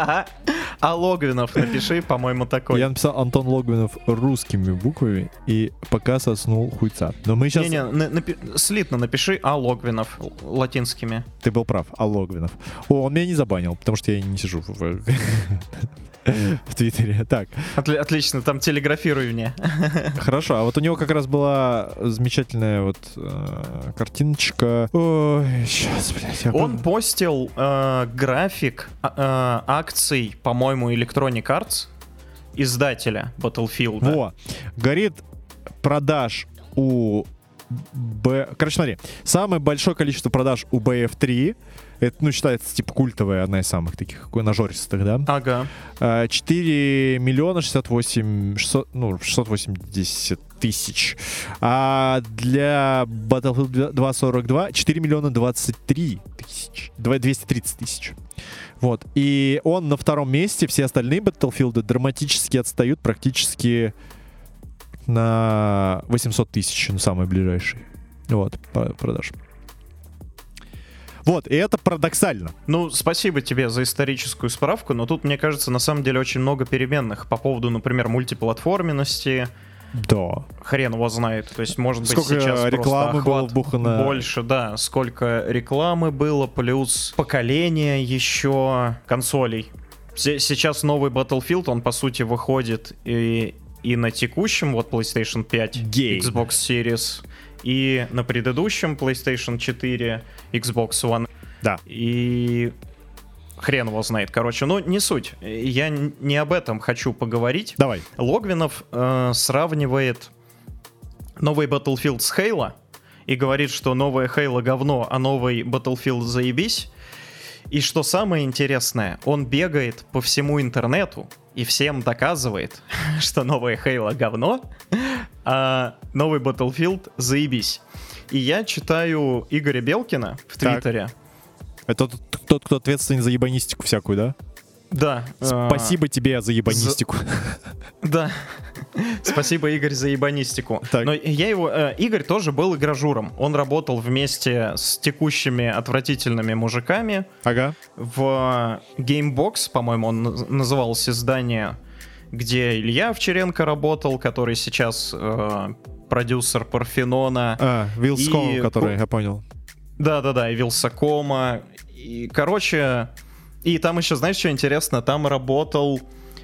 А Логвинов напиши, по-моему, такой. Я написал Антон Логвинов русскими буквами и пока соснул хуйца. Но мы сейчас... слитно напиши А Логвинов латинскими. Ты был прав, А Логвинов. Он меня не забанил, потому что я не сижу в Твиттере. Так. Отлично, там телеграфируй мне. Хорошо, а вот у него как раз была замечательная вот картиночка. Ой, сейчас, блядь. Он постил график акций, по-моему, Electronic Arts, издателя Battlefield. Во, горит продаж у... Короче, смотри, самое большое количество продаж у BF3, это, ну, считается, типа, культовая, одна из самых таких нажористых, да? Ага. 4 миллиона 680 тысяч. А для Battlefield 2.42 4 миллиона 23 тысяч. 230 тысяч. Вот. И он на втором месте, все остальные Battlefield драматически отстают практически на 800 тысяч, ну, самые ближайшие. Вот, по продажам. Вот, и это парадоксально. Ну, спасибо тебе за историческую справку, но тут, мне кажется, на самом деле очень много переменных по поводу, например, мультиплатформенности. Да. Хрен его знает. То есть, может быть, сколько сейчас рекламы было вбухано. Больше, да. Сколько рекламы было, плюс поколение еще консолей. Сейчас новый Battlefield, он, по сути, выходит и на текущем, вот, PlayStation 5, Xbox Series, и на предыдущем PlayStation 4, Xbox One. Да. И хрен его знает. Короче, ну, не суть. Я не об этом хочу поговорить. Давай. Логвинов сравнивает новый Battlefield с Halo и говорит, что новая Halo говно, а новый Battlefield заебись. И что самое интересное, он бегает по всему интернету и всем доказывает, что новая Halo говно, а новый Battlefield заебись. И я читаю Игоря Белкина в Твиттере. Это тот, кто ответственен за ебанистику всякую, да? Да. Спасибо тебе за ебанистику. Да. Спасибо, Игорь, за ебанистику. Так. Но Игорь тоже был игражуром. Он работал вместе с текущими отвратительными мужиками. Ага. В Gamebox, по-моему, он назывался издание, где Илья Овчаренко работал, который сейчас продюсер Парфенона. Вилсаком, который, я понял. Да, и Вилсакома. И, короче... И там еще, знаешь, что интересно? Там работал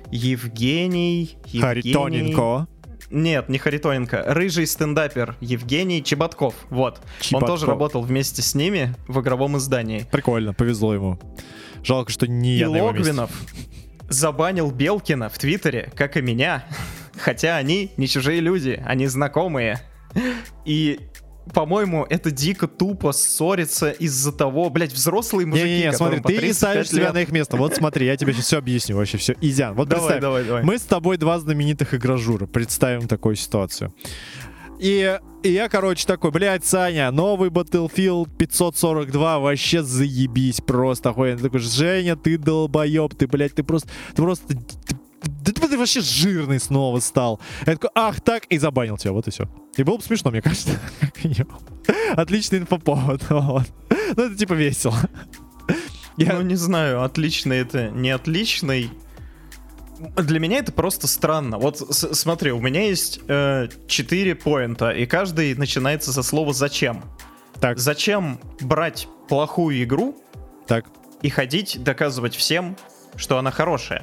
Евгений... Харитоненко. Нет, не Харитоненко. Рыжий стендапер Евгений Чеботков. Вот. Он тоже работал вместе с ними в игровом издании. Прикольно, повезло ему. Жалко, что не я на его месте. И Логвинов забанил Белкина в Твиттере, как и меня. Хотя они не чужие люди, они знакомые. И... По-моему, это дико тупо ссориться из-за того, блять, взрослые мужики. Не-не-не, смотри, ты не ставишь себя на их место. Вот смотри, я тебе сейчас все объясню, вообще все. Изян, вот давай, представь, давай. Мы с тобой два знаменитых игражура. Представим такую ситуацию. И я, короче, такой, блядь, Саня, новый Battlefield 542, вообще заебись, просто охуенно. Такой, Женя, ты долбоеб, ты, блядь, ты просто ты вообще жирный снова стал. Я такой, ах так, и забанил тебя, вот и все. И было бы смешно, мне кажется. Отличный инфоповод. Вот. Ну, это типа весело. Ну, не знаю, отличный это не отличный. Для меня это просто странно. Вот смотри, у меня есть 4 поинта, и каждый начинается со слова «зачем». Так. Зачем брать плохую игру Так. и ходить доказывать всем, что она хорошая?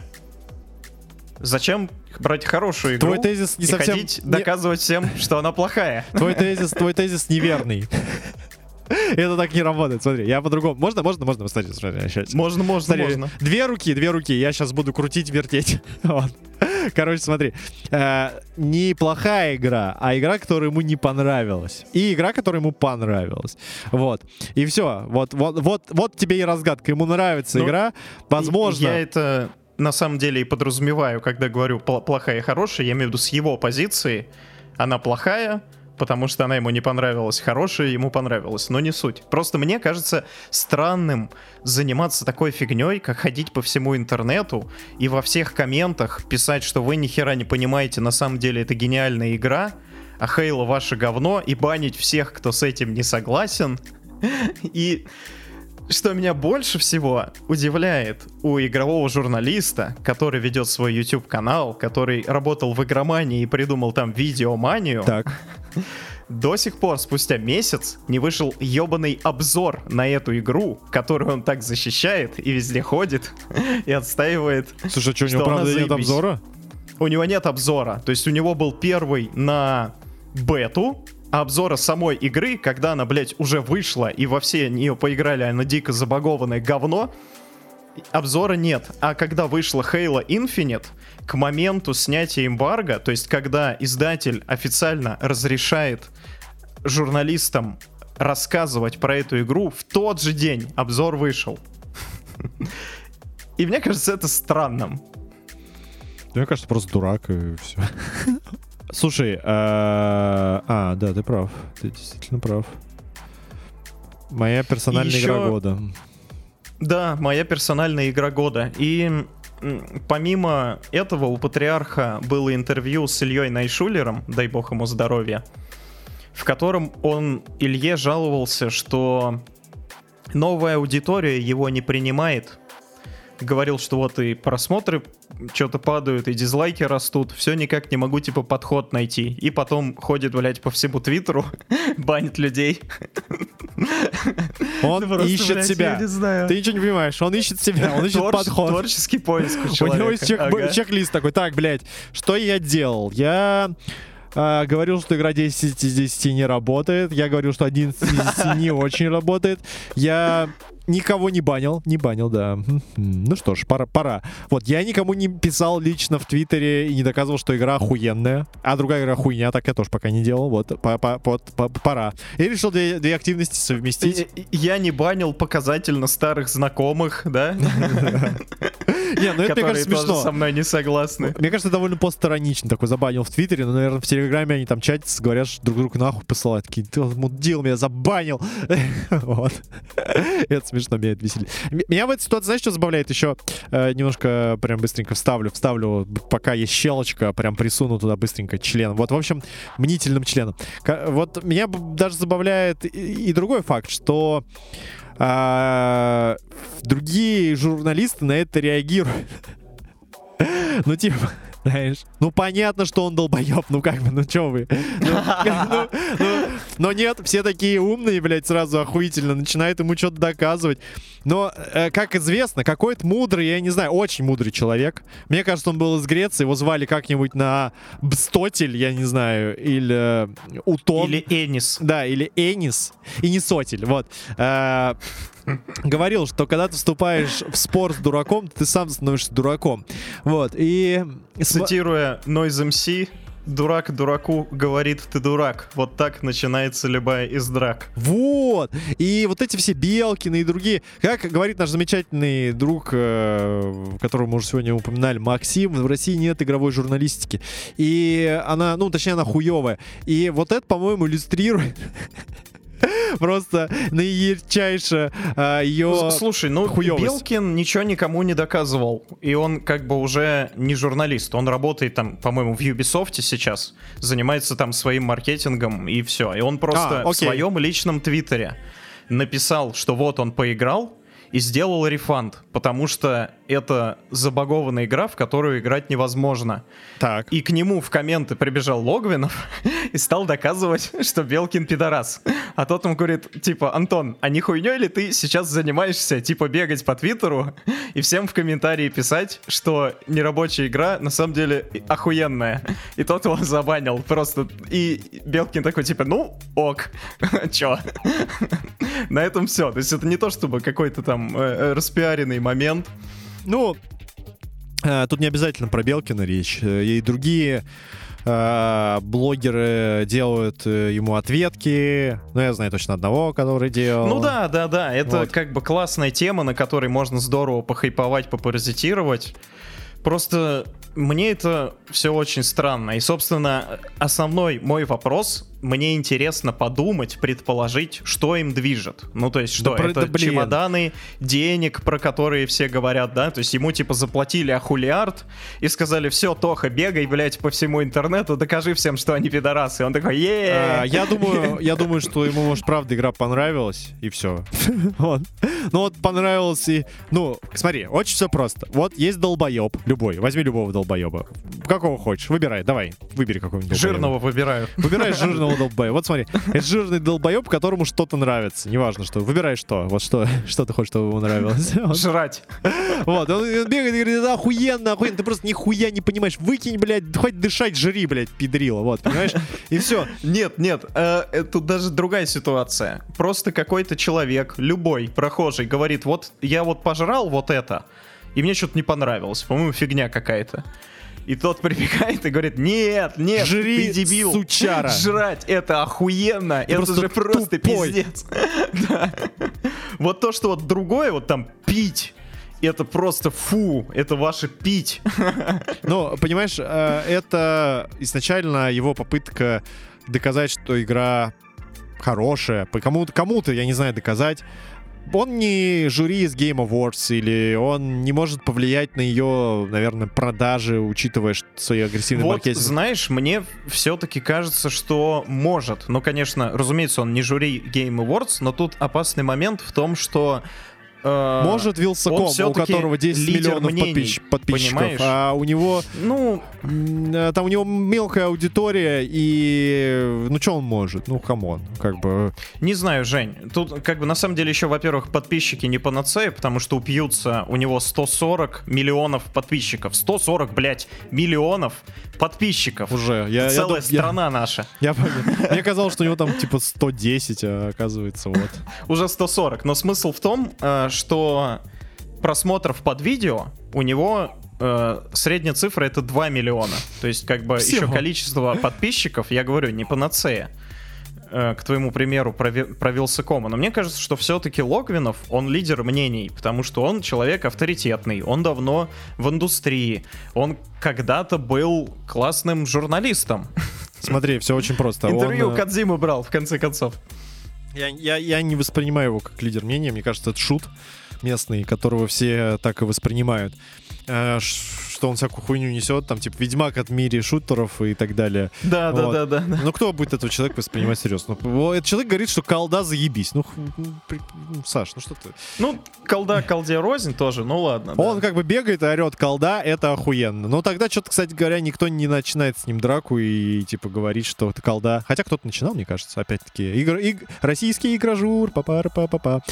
Зачем брать хорошую игру Твой тезис не и совсем... ходить доказывать всем, что она плохая? Твой тезис неверный. Это так не работает, смотри, я по-другому. Можно, смотри, сейчас. Можно. Две руки, я сейчас буду крутить, вертеть. Вот. Короче, смотри, не плохая игра, а игра, которая ему не понравилась. И игра, которая ему понравилась. Вот. И все. Вот тебе и разгадка. Ему нравится игра, возможно... Я это на самом деле и подразумеваю, когда говорю плохая и хорошая, я имею в виду с его позиции. Она плохая, потому что она ему не понравилась, хорошая ему понравилась, но не суть. Просто мне кажется странным заниматься такой фигней, как ходить по всему интернету и во всех комментах писать, что вы ни хера не понимаете, на самом деле это гениальная игра, а Halo ваше говно, и банить всех, кто с этим не согласен. И что меня больше всего удивляет у игрового журналиста, который ведет свой YouTube-канал, который работал в игромании и придумал там видеоманию, Так. до сих пор, спустя месяц, не вышел ебаный обзор на эту игру, которую он так защищает и везде ходит и отстаивает. Слушай, что, у него правда нет обзора? У него нет обзора. То есть у него был первый на бету, обзора самой игры, когда она, блять, уже вышла, и во все нее поиграли, она дико забагованное говно, обзора нет. А когда вышла Halo Infinite, к моменту снятия эмбарго, то есть когда издатель официально разрешает журналистам рассказывать про эту игру, в тот же день обзор вышел. И мне кажется, это странным. Мне кажется, просто дурак и все. Слушай, да, ты прав. Ты действительно прав. Моя персональная игра года. Да, моя персональная игра года. И помимо этого у Патриарха было интервью с Ильей Найшулером, дай бог ему здоровья, в котором он Илье жаловался, что новая аудитория его не принимает. Говорил, что вот и просмотры что-то падают, и дизлайки растут, все никак не могу, типа, подход найти. И потом ходит, блядь, по всему Твиттеру, банит людей. Он ищет себя. Ты ничего не понимаешь, он ищет себя, он ищет подход. Творческий поиск у человека. У него есть чек-лист такой, так, блядь, что я делал? Я... говорил, что игра 10 из 10 не работает. Я говорил, что 11 из 10 не очень работает. Я никого не банил, да. Ну что ж, пора. Вот, я никому не писал лично в Твиттере и не доказывал, что игра охуенная, а другая игра хуйня, так я тоже пока не делал. Вот, пора. Я решил две активности совместить. Я не банил показательно старых знакомых, да? Не, ну это, мне кажется, смешно. Тоже со мной не согласны. Мне кажется, довольно постранично такой забанил в Твиттере, но, наверное, в Телеграме они там чатятся, говорят, что друг другу нахуй посылают. Такие, ты мудил, меня забанил. Вот. Это смешно, меня это веселит. Меня в этой ситуации, знаешь, что забавляет еще? Немножко прям быстренько вставлю, пока есть щелочка, прям присуну туда быстренько член. Вот, в общем, мнительным членом. Вот меня даже забавляет и другой факт, что другие журналисты на это реагируют. Ну, типа, знаешь, ну понятно, что он долбоеб, ну как бы, ну чё вы? Но нет, все такие умные, блядь, сразу охуительно начинают ему что-то доказывать. Но, как известно, какой-то мудрый, я не знаю, очень мудрый человек. Мне кажется, он был из Греции, его звали как-нибудь на Бстотель, я не знаю, или Утон. Или Энис. Да, или Энис, и не Сотель, вот. Говорил, что когда ты вступаешь в спор с дураком, ты сам становишься дураком. Вот, и... Цитируя Noise MC, дурак дураку говорит, ты дурак. Вот так начинается любая из драк. Вот! И вот эти все Белкины и другие. Как говорит наш замечательный друг, которого мы уже сегодня упоминали, Максим, в России нет игровой журналистики. И она, ну, точнее, она хуевая. И вот это, по-моему, иллюстрирует... Просто наярчайше ее Слушай, ну хуёвость. Белкин ничего никому не доказывал. И он как бы уже не журналист. Он работает там, по-моему, в Ubisoft сейчас. Занимается там своим маркетингом и все. И он просто в своем личном твиттере написал, что вот он поиграл и сделал рефанд, потому что это забагованная игра, в которую играть невозможно. Так. И к нему в комменты прибежал Логвинов и стал доказывать, что Белкин пидорас. А тот ему говорит, типа, Антон, а не хуйней ли ты сейчас занимаешься, типа, бегать по Твиттеру и всем в комментарии писать, что нерабочая игра на самом деле охуенная. И тот его забанил просто. И Белкин такой, типа, ну, ок, чё? На этом все. То есть это не то, чтобы какой-то там распиаренный момент. Ну, тут не обязательно про Белкина речь. И другие блогеры делают ему ответки. Ну, я знаю точно одного, который делал. Ну да. Это Вот. как бы классная тема, на которой можно здорово похайповать, попаразитировать. Просто мне это все очень странно. И, собственно, основной мой вопрос: мне интересно подумать, предположить, что им движет. Ну, то есть, что это чемоданы денег, про которые все говорят, да? То есть ему, типа, заплатили ахулиард и сказали, все, Тоха, бегай, блядь, по всему интернету, докажи всем, что они пидорасы. И он такой, Я думаю, что ему, может, правда игра понравилась, и все. Ну вот понравилось и... Ну, смотри, очень все просто. Вот есть долбоеб, любой. Возьми любого долбоеба. Какого хочешь, выбирай, давай. Выбери какого-нибудь долбоеба. Жирного выбираю. Выбирай жирного долбоеба. Вот смотри, это жирный долбоеб, которому что-то нравится. Неважно что. Выбирай что. Вот что ты хочешь, чтобы ему нравилось. Жрать. Вот, он бегает и говорит, это охуенно. Ты просто нихуя не понимаешь. Выкинь, блядь, хоть дышать, жри, блядь, пидрила. Вот, понимаешь? И все. Нет, тут даже другая ситуация. Просто какой-то человек, любой прохожий, говорит, вот я вот пожрал вот это, и мне что-то не понравилось. По-моему, фигня какая-то. И тот прибегает и говорит, нет, жри, ты дебил. Сучара. Жрать, это охуенно. Ты это же просто тупой. пиздец. Да. Вот то, что вот другое, вот там пить, это просто фу, это ваше пить. Ну, понимаешь, это изначально его попытка доказать, что игра хорошая. Кому-то, я не знаю, доказать. Он не жюри из Game Awards, или он не может повлиять на ее, наверное, продажи, учитывая свои агрессивные вот, маркетинг. Знаешь, мне все-таки кажется, что может. Ну, конечно, разумеется, он не жюри Game Awards, но тут опасный момент в том, что может Вилсаком, у которого 10 миллионов подписчиков, понимаешь? А у него, там у него мелкая аудитория, и, ну, что он может? Ну, камон, как бы... Не знаю, Жень, тут, как бы, на самом деле, еще, во-первых, подписчики не панацея, потому что упьются, у него 140 миллионов подписчиков. 140, блядь, миллионов подписчиков. Уже. Целая страна наша. Я понял. Мне казалось, что у него там, типа, 110, а оказывается, вот. Уже 140, но смысл в том, что просмотров под видео у него средняя цифра это 2 миллиона. То есть, как бы, всего. еще количество подписчиков, я говорю, не панацея. К твоему примеру про Вилсакома. Но мне кажется, что все-таки Логвинов, он лидер мнений, потому что он человек авторитетный, он давно в индустрии, он когда-то был классным журналистом. Смотри, все очень просто. Интервью Кодзимы брал, в конце концов. Я не воспринимаю его как лидер мнения. Мне кажется, это шут местный, которого все так и воспринимают. Что он всякую хуйню несет, там, типа, Ведьмак от мире шутеров и так далее. Да. Ну, кто будет этого человека воспринимать серьезно? Ну, этот человек говорит, что колда заебись. Ну, Саш, ну что ты? Ну, колда колде рознь тоже, ну ладно. Он как бы бегает и орет, колда, это охуенно. Но тогда что-то, кстати говоря, никто не начинает с ним драку и, типа, говорит, что это колда. Хотя кто-то начинал, мне кажется, опять-таки. Российский игражур, папа-папа-папа.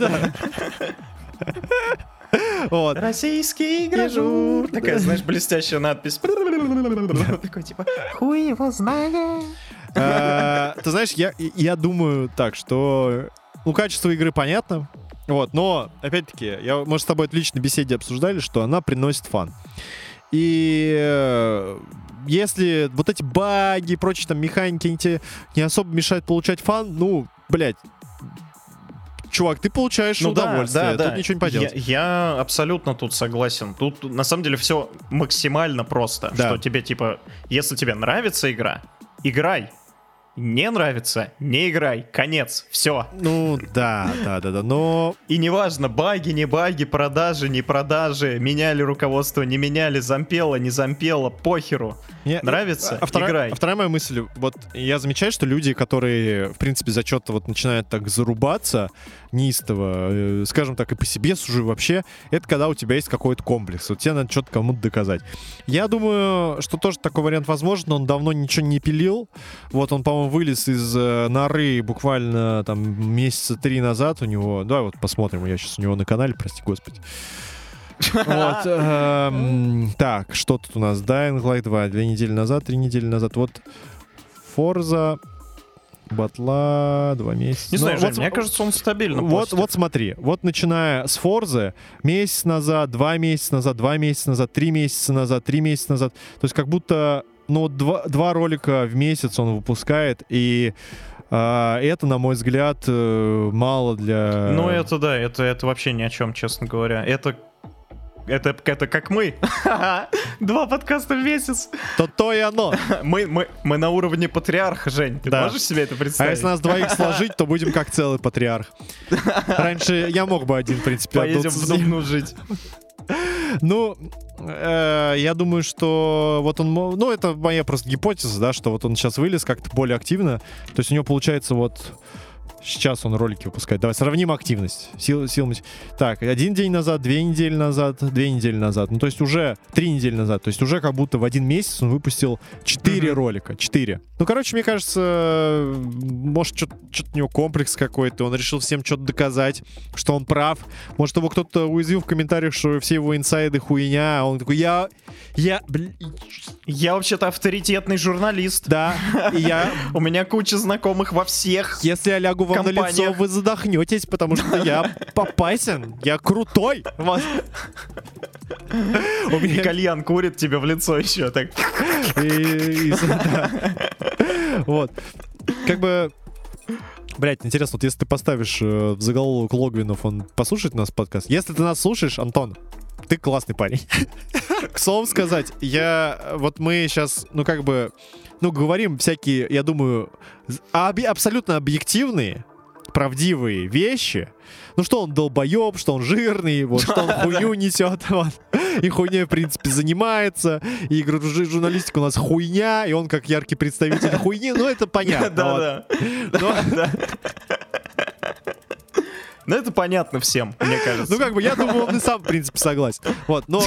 Вот. Российский игражур. Такая, знаешь, блестящая надпись. Такой, типа, хуй его знает. Ты знаешь, я думаю так, что качество игры понятно. Вот, но, опять-таки, мы с тобой в личной беседе обсуждали, что она приносит фан. И если вот эти баги и прочие там механики, они тебе не особо мешают получать фан, ну, блядь, чувак, ты получаешь удовольствие, тут ничего не поделать. Я абсолютно тут согласен. Тут на самом деле все максимально просто. Да. Что тебе, типа, если тебе нравится игра, играй. Не нравится? Не играй. Конец. Все. Ну, да, но... И неважно, баги, не баги, продажи, не продажи, меняли руководство, не меняли, зампело, не зампело, похеру. Нравится? Играй. А вторая моя мысль, вот я замечаю, что люди, которые, в принципе, за что-то вот начинают так зарубаться неистово, скажем так, и по себе сужу вообще, это когда у тебя есть какой-то комплекс, вот тебе надо что-то кому-то доказать. Я думаю, что тоже такой вариант возможен, он давно ничего не пилил, вот он, по-моему, вылез из норы буквально там месяца 3 назад у него, давай вот посмотрим, я сейчас у него на канале, прости господи. Вот, так, что тут у нас? Dying Light 2, 2 недели назад, 3 недели назад. Вот Forza, батла, 2 месяца. Не знаю, Жень, мне кажется, он стабильно постит. Вот смотри, вот начиная с Forza, месяц назад, 2 месяца назад, 2 месяца назад, 3 месяца назад, 3 месяца назад. То есть как будто, ну, 2 ролика в месяц он выпускает, и... это, на мой взгляд, мало для... Ну, это да, это вообще ни о чем, честно говоря. Это как мы. 2 подкаста в месяц. То и оно. Мы на уровне патриарха, Жень. Ты можешь себе это представить? А если нас двоих сложить, то будем как целый патриарх. Раньше я мог бы один, в принципе, поедем в Дубну жить. Ну, я думаю, что вот он... Ну, это моя просто гипотеза, да, что вот он сейчас вылез как-то более активно. То есть у него получается вот... Сейчас он ролики выпускает. Давай сравним активность. Так, 1 день назад, 2 недели назад, 2 недели назад. Ну, то есть уже 3 недели назад. То есть уже как будто в 1 месяц он выпустил 4 ролика. 4. Ну, короче, мне кажется, может, что-то у него комплекс какой-то. Он решил всем что-то доказать, что он прав. Может, его кто-то уязвил в комментариях, что все его инсайды хуйня. А он такой, я вообще-то авторитетный журналист. Да, и я... У меня куча знакомых во всех. Если я лягу вам на лицо, вы задохнетесь, потому что я опасен, я крутой. И кальян курит тебе в лицо еще так. Вот. Как бы... Блять, интересно, вот если ты поставишь в заголовок Логвинов, он послушает нас подкаст? Если ты нас слушаешь, Антон, ты классный парень. К слову сказать, вот мы сейчас, говорим всякие, я думаю, абсолютно объективные, правдивые вещи. Ну, что он долбоеб, что он жирный, вот, что он хуйню несет, вот. И хуйней, в принципе, занимается. И, говорю, журналистика у нас хуйня, и он как яркий представитель хуйни, ну, это понятно. Да. Ну, это понятно всем, мне кажется. Ну, как бы, я думаю, он и сам, в принципе, согласен. Вот, но...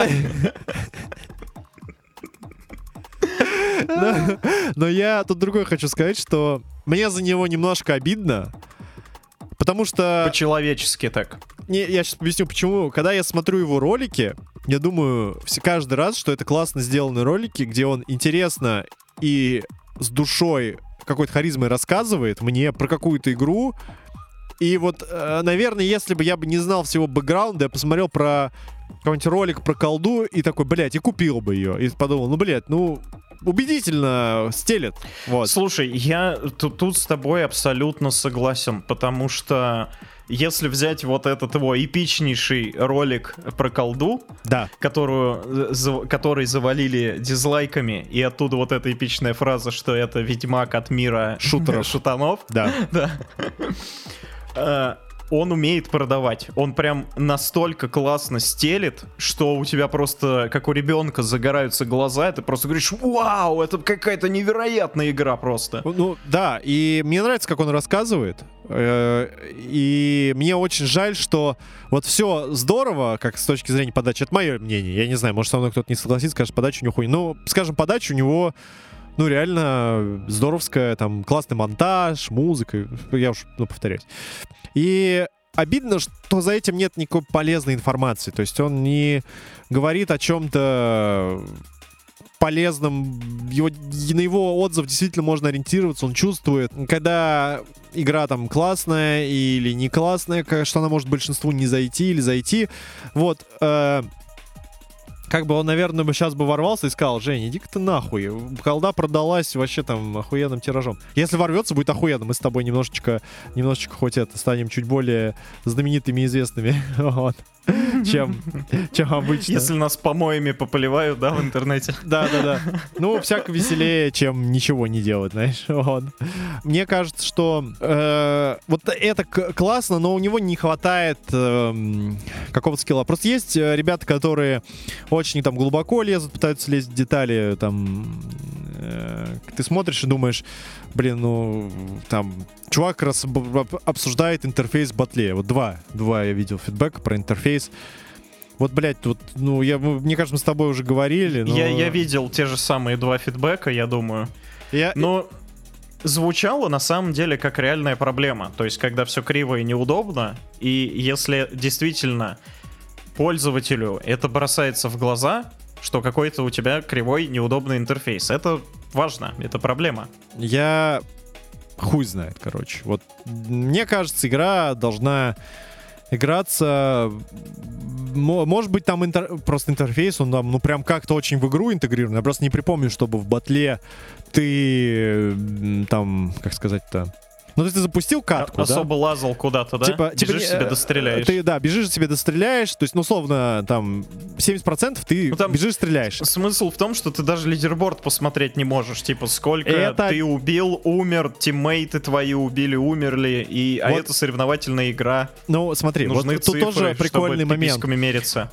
Но я тут другое хочу сказать, что мне за него немножко обидно, потому что... По-человечески так. Я сейчас объясню, почему. Когда я смотрю его ролики, я думаю каждый раз, что это классно сделанные ролики, где он интересно и с душой, какой-то харизмой рассказывает мне про какую-то игру. И вот, наверное, если бы я бы не знал всего бэкграунда, я посмотрел про какой-нибудь ролик про колду и такой, блядь, и купил бы ее. И подумал, убедительно стелет. Вот. Слушай, я тут с тобой абсолютно согласен, потому что если взять вот этот его эпичнейший ролик про колду, да, который завалили дизлайками, и оттуда вот эта эпичная фраза, что это Ведьмак от мира шутанов. Да. Он умеет продавать. Он прям настолько классно стелит, что у тебя просто, как у ребенка, загораются глаза, и ты просто говоришь, вау, это какая-то невероятная игра просто. Ну, да, и мне нравится, как он рассказывает. И мне очень жаль, что вот все здорово, как с точки зрения подачи, это мое мнение. Я не знаю, может, со мной кто-то не согласится, скажет, подача у него хуйня. Ну, скажем, подача у него... Ну, реально здоровская, там, классный монтаж, музыка, я уж повторяюсь. И обидно, что за этим нет никакой полезной информации. То есть он не говорит о чем-то полезном. На его отзыв действительно можно ориентироваться, он чувствует, когда игра там классная или не классная, что она может большинству не зайти или зайти. Вот. как бы он, наверное, бы сейчас бы ворвался и сказал: Жень, иди-ка ты нахуй. Колда продалась вообще там охуенным тиражом. Если ворвется, будет охуенно. Мы с тобой немножечко хоть станем чуть более знаменитыми и известными. Вот. Чем обычно. Если нас помоями пополивают, да, в интернете. Да. Ну, всяко веселее, чем ничего не делать, знаешь. Вот. Мне кажется, что вот это классно, но у него не хватает какого-то скилла. Просто есть ребята, которые очень там глубоко лезут, пытаются лезть в детали. Там ты смотришь и думаешь: блин, ну там чувак раз обсуждает интерфейс в батле. Вот два я видел фидбэка про интерфейс. Вот, блядь, вот, ну, мне кажется, мы с тобой уже говорили, но... Я видел те же самые 2 фидбэка, я думаю. Но звучало на самом деле как реальная проблема. То есть, когда все криво и неудобно, и если действительно пользователю это бросается в глаза, что какой-то у тебя кривой, неудобный интерфейс, это важно, это проблема. Хуй знает, короче. Вот мне кажется, игра должна играться... Может быть, там просто интерфейс, он там, ну, прям как-то очень в игру интегрирован. Я просто не припомню, чтобы в батле ты там, как сказать-то... Ну, то есть ты запустил катку, особо лазал куда-то, да? Бежишь себе достреляешь. Ты, да, бежишь себе достреляешь. То есть, ну, условно, там 70% ты бежишь, стреляешь. Смысл в том, что ты даже лидерборд посмотреть не можешь. Типа, сколько ты убил, умер, тиммейты твои убили, умерли. А это соревновательная игра. Ну, смотри, нужны вот тут цифры, тоже прикольный чтобы момент. пиписьками мериться.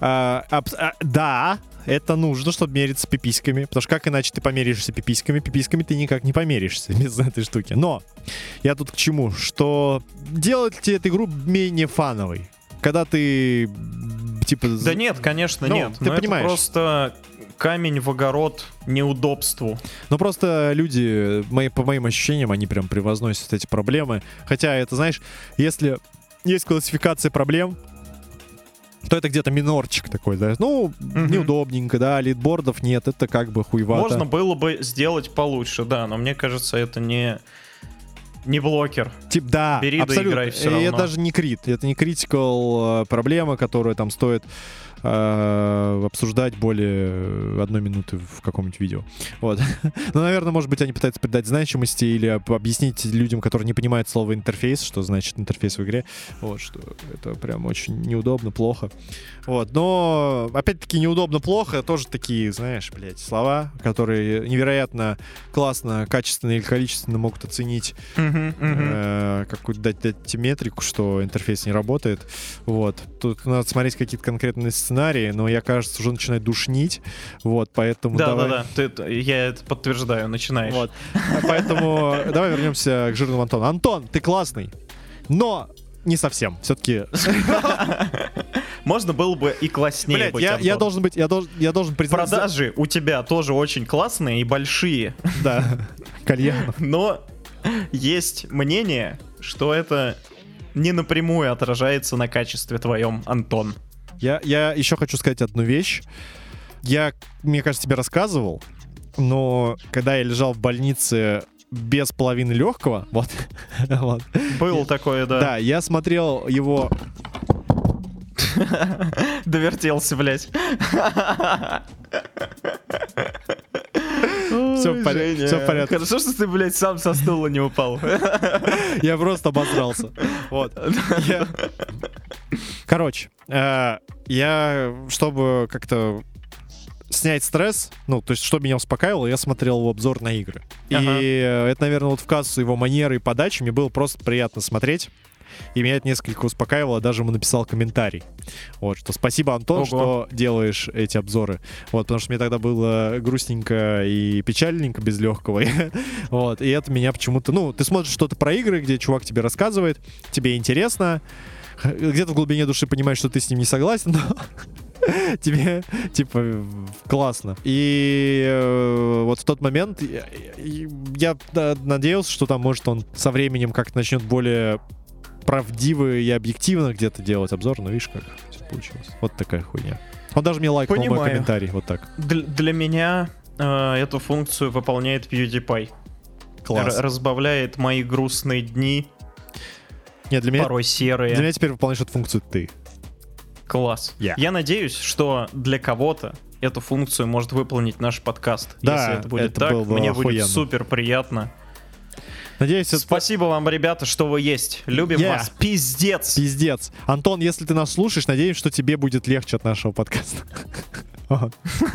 Да. Это нужно, чтобы мериться пиписьками. Потому что как иначе ты померяешься пиписьками? Пиписьками ты никак не померишься без этой штуки. Но я тут к чему? Что делать эту игру менее фановой. Когда ты типа... Да нет, конечно, нет. Ты понимаешь. Это просто камень в огород неудобству. Ну просто люди, по моим ощущениям, они прям превозносят эти проблемы. Хотя это, знаешь, если есть классификация проблем, то это где-то минорчик такой, да. Ну, неудобненько, да, лидбордов нет, это как бы хуевато. Можно было бы сделать получше, да, но мне кажется, это не блокер. Да, бери, абсолютно. Да играй все равно. Это даже не крит, это не критикал проблема, которая там стоит обсуждать более 1 минуты в каком-нибудь видео. Вот. Ну, наверное, может быть, они пытаются придать значимости или объяснить людям, которые не понимают слово интерфейс, что значит интерфейс в игре. Вот, что это прям очень неудобно, плохо. Вот. Но, опять-таки, неудобно, плохо, тоже такие, знаешь, блядь, слова, которые невероятно классно, качественно или количественно могут оценить какую-то дать метрику, что интерфейс не работает. Вот. Тут надо смотреть какие-то конкретные сценарии, но я, кажется, уже начинаю душнить. Вот, поэтому Да. Я это подтверждаю, начинаешь. Вот. Поэтому давай вернемся к жирному Антону. Антон, ты классный, но не совсем. Все-таки... Можно было бы и класснее быть, я должен признать... Продажи у тебя тоже очень классные и большие. Да, кальянов. Но есть мнение, что это не напрямую отражается на качестве твоем, Антон. Я еще хочу сказать одну вещь. Мне кажется, тебе рассказывал, но когда я лежал в больнице без половины легкого, вот. Было такое, да. Да, я смотрел его... Довертелся, блядь. Все в порядке. Хорошо, что ты, блядь, сам со стула не упал. Я просто обосрался. Вот. Короче, я, чтобы как-то снять стресс, ну, то есть, что меня успокаивало, я смотрел его обзор на игры. И это, наверное, вот в кассу его манеры и подачи мне было просто приятно смотреть. И меня это несколько успокаивало, даже ему написал комментарий. Вот, что спасибо, Антон, что делаешь эти обзоры. Вот, потому что мне тогда было грустненько и печальненько без легкого. Вот, и это меня почему-то... Ну, ты смотришь что-то про игры, где чувак тебе рассказывает, тебе интересно, где-то в глубине души понимаешь, что ты с ним не согласен, но тебе, типа, классно. И вот в тот момент я надеялся, что там, может, он со временем как-то начнет более правдиво и объективно где-то делать обзор, но видишь, как все получилось. Вот такая хуйня. Он даже мне лайкнул мой комментарий, вот так. Для меня эту функцию выполняет PewDiePie. Класс. Разбавляет мои грустные дни. Нет, для меня, порой серые. Для меня теперь выполняешь эту функцию ты. Класс. Я надеюсь, что для кого-то эту функцию может выполнить наш подкаст. Да, если это будет это так, было бы мне охуенно. будет супер приятно. Надеюсь, это Спасибо вам, ребята, что вы есть. Любим Yeah. вас. Пиздец. пиздец. Антон, если ты нас слушаешь, надеюсь, что тебе будет легче от нашего подкаста. Вот.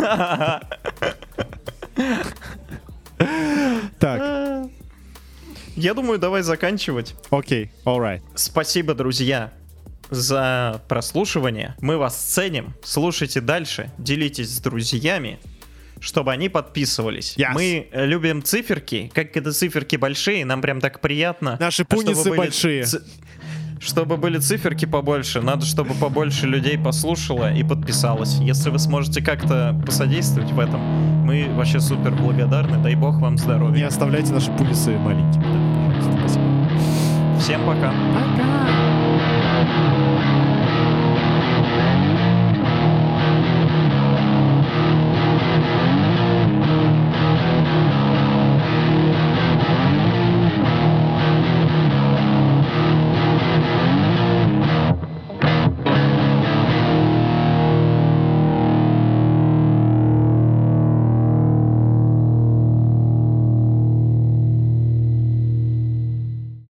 Так, Я думаю, давай заканчивать. окей, alright. Спасибо, друзья, за прослушивание. Мы вас ценим. Слушайте дальше. Делитесь с друзьями, чтобы они подписывались. Yes. Мы любим циферки. Как это циферки большие, нам прям так приятно. Наши А чтобы пунисы были большие. Чтобы были циферки побольше, надо, чтобы побольше людей послушало и подписалось. Если вы сможете как-то посодействовать в этом, мы вообще супер благодарны. Дай бог вам Не здоровья. оставляйте наши пунисы маленькими. Да, пожалуйста, спасибо. Всем пока. Пока.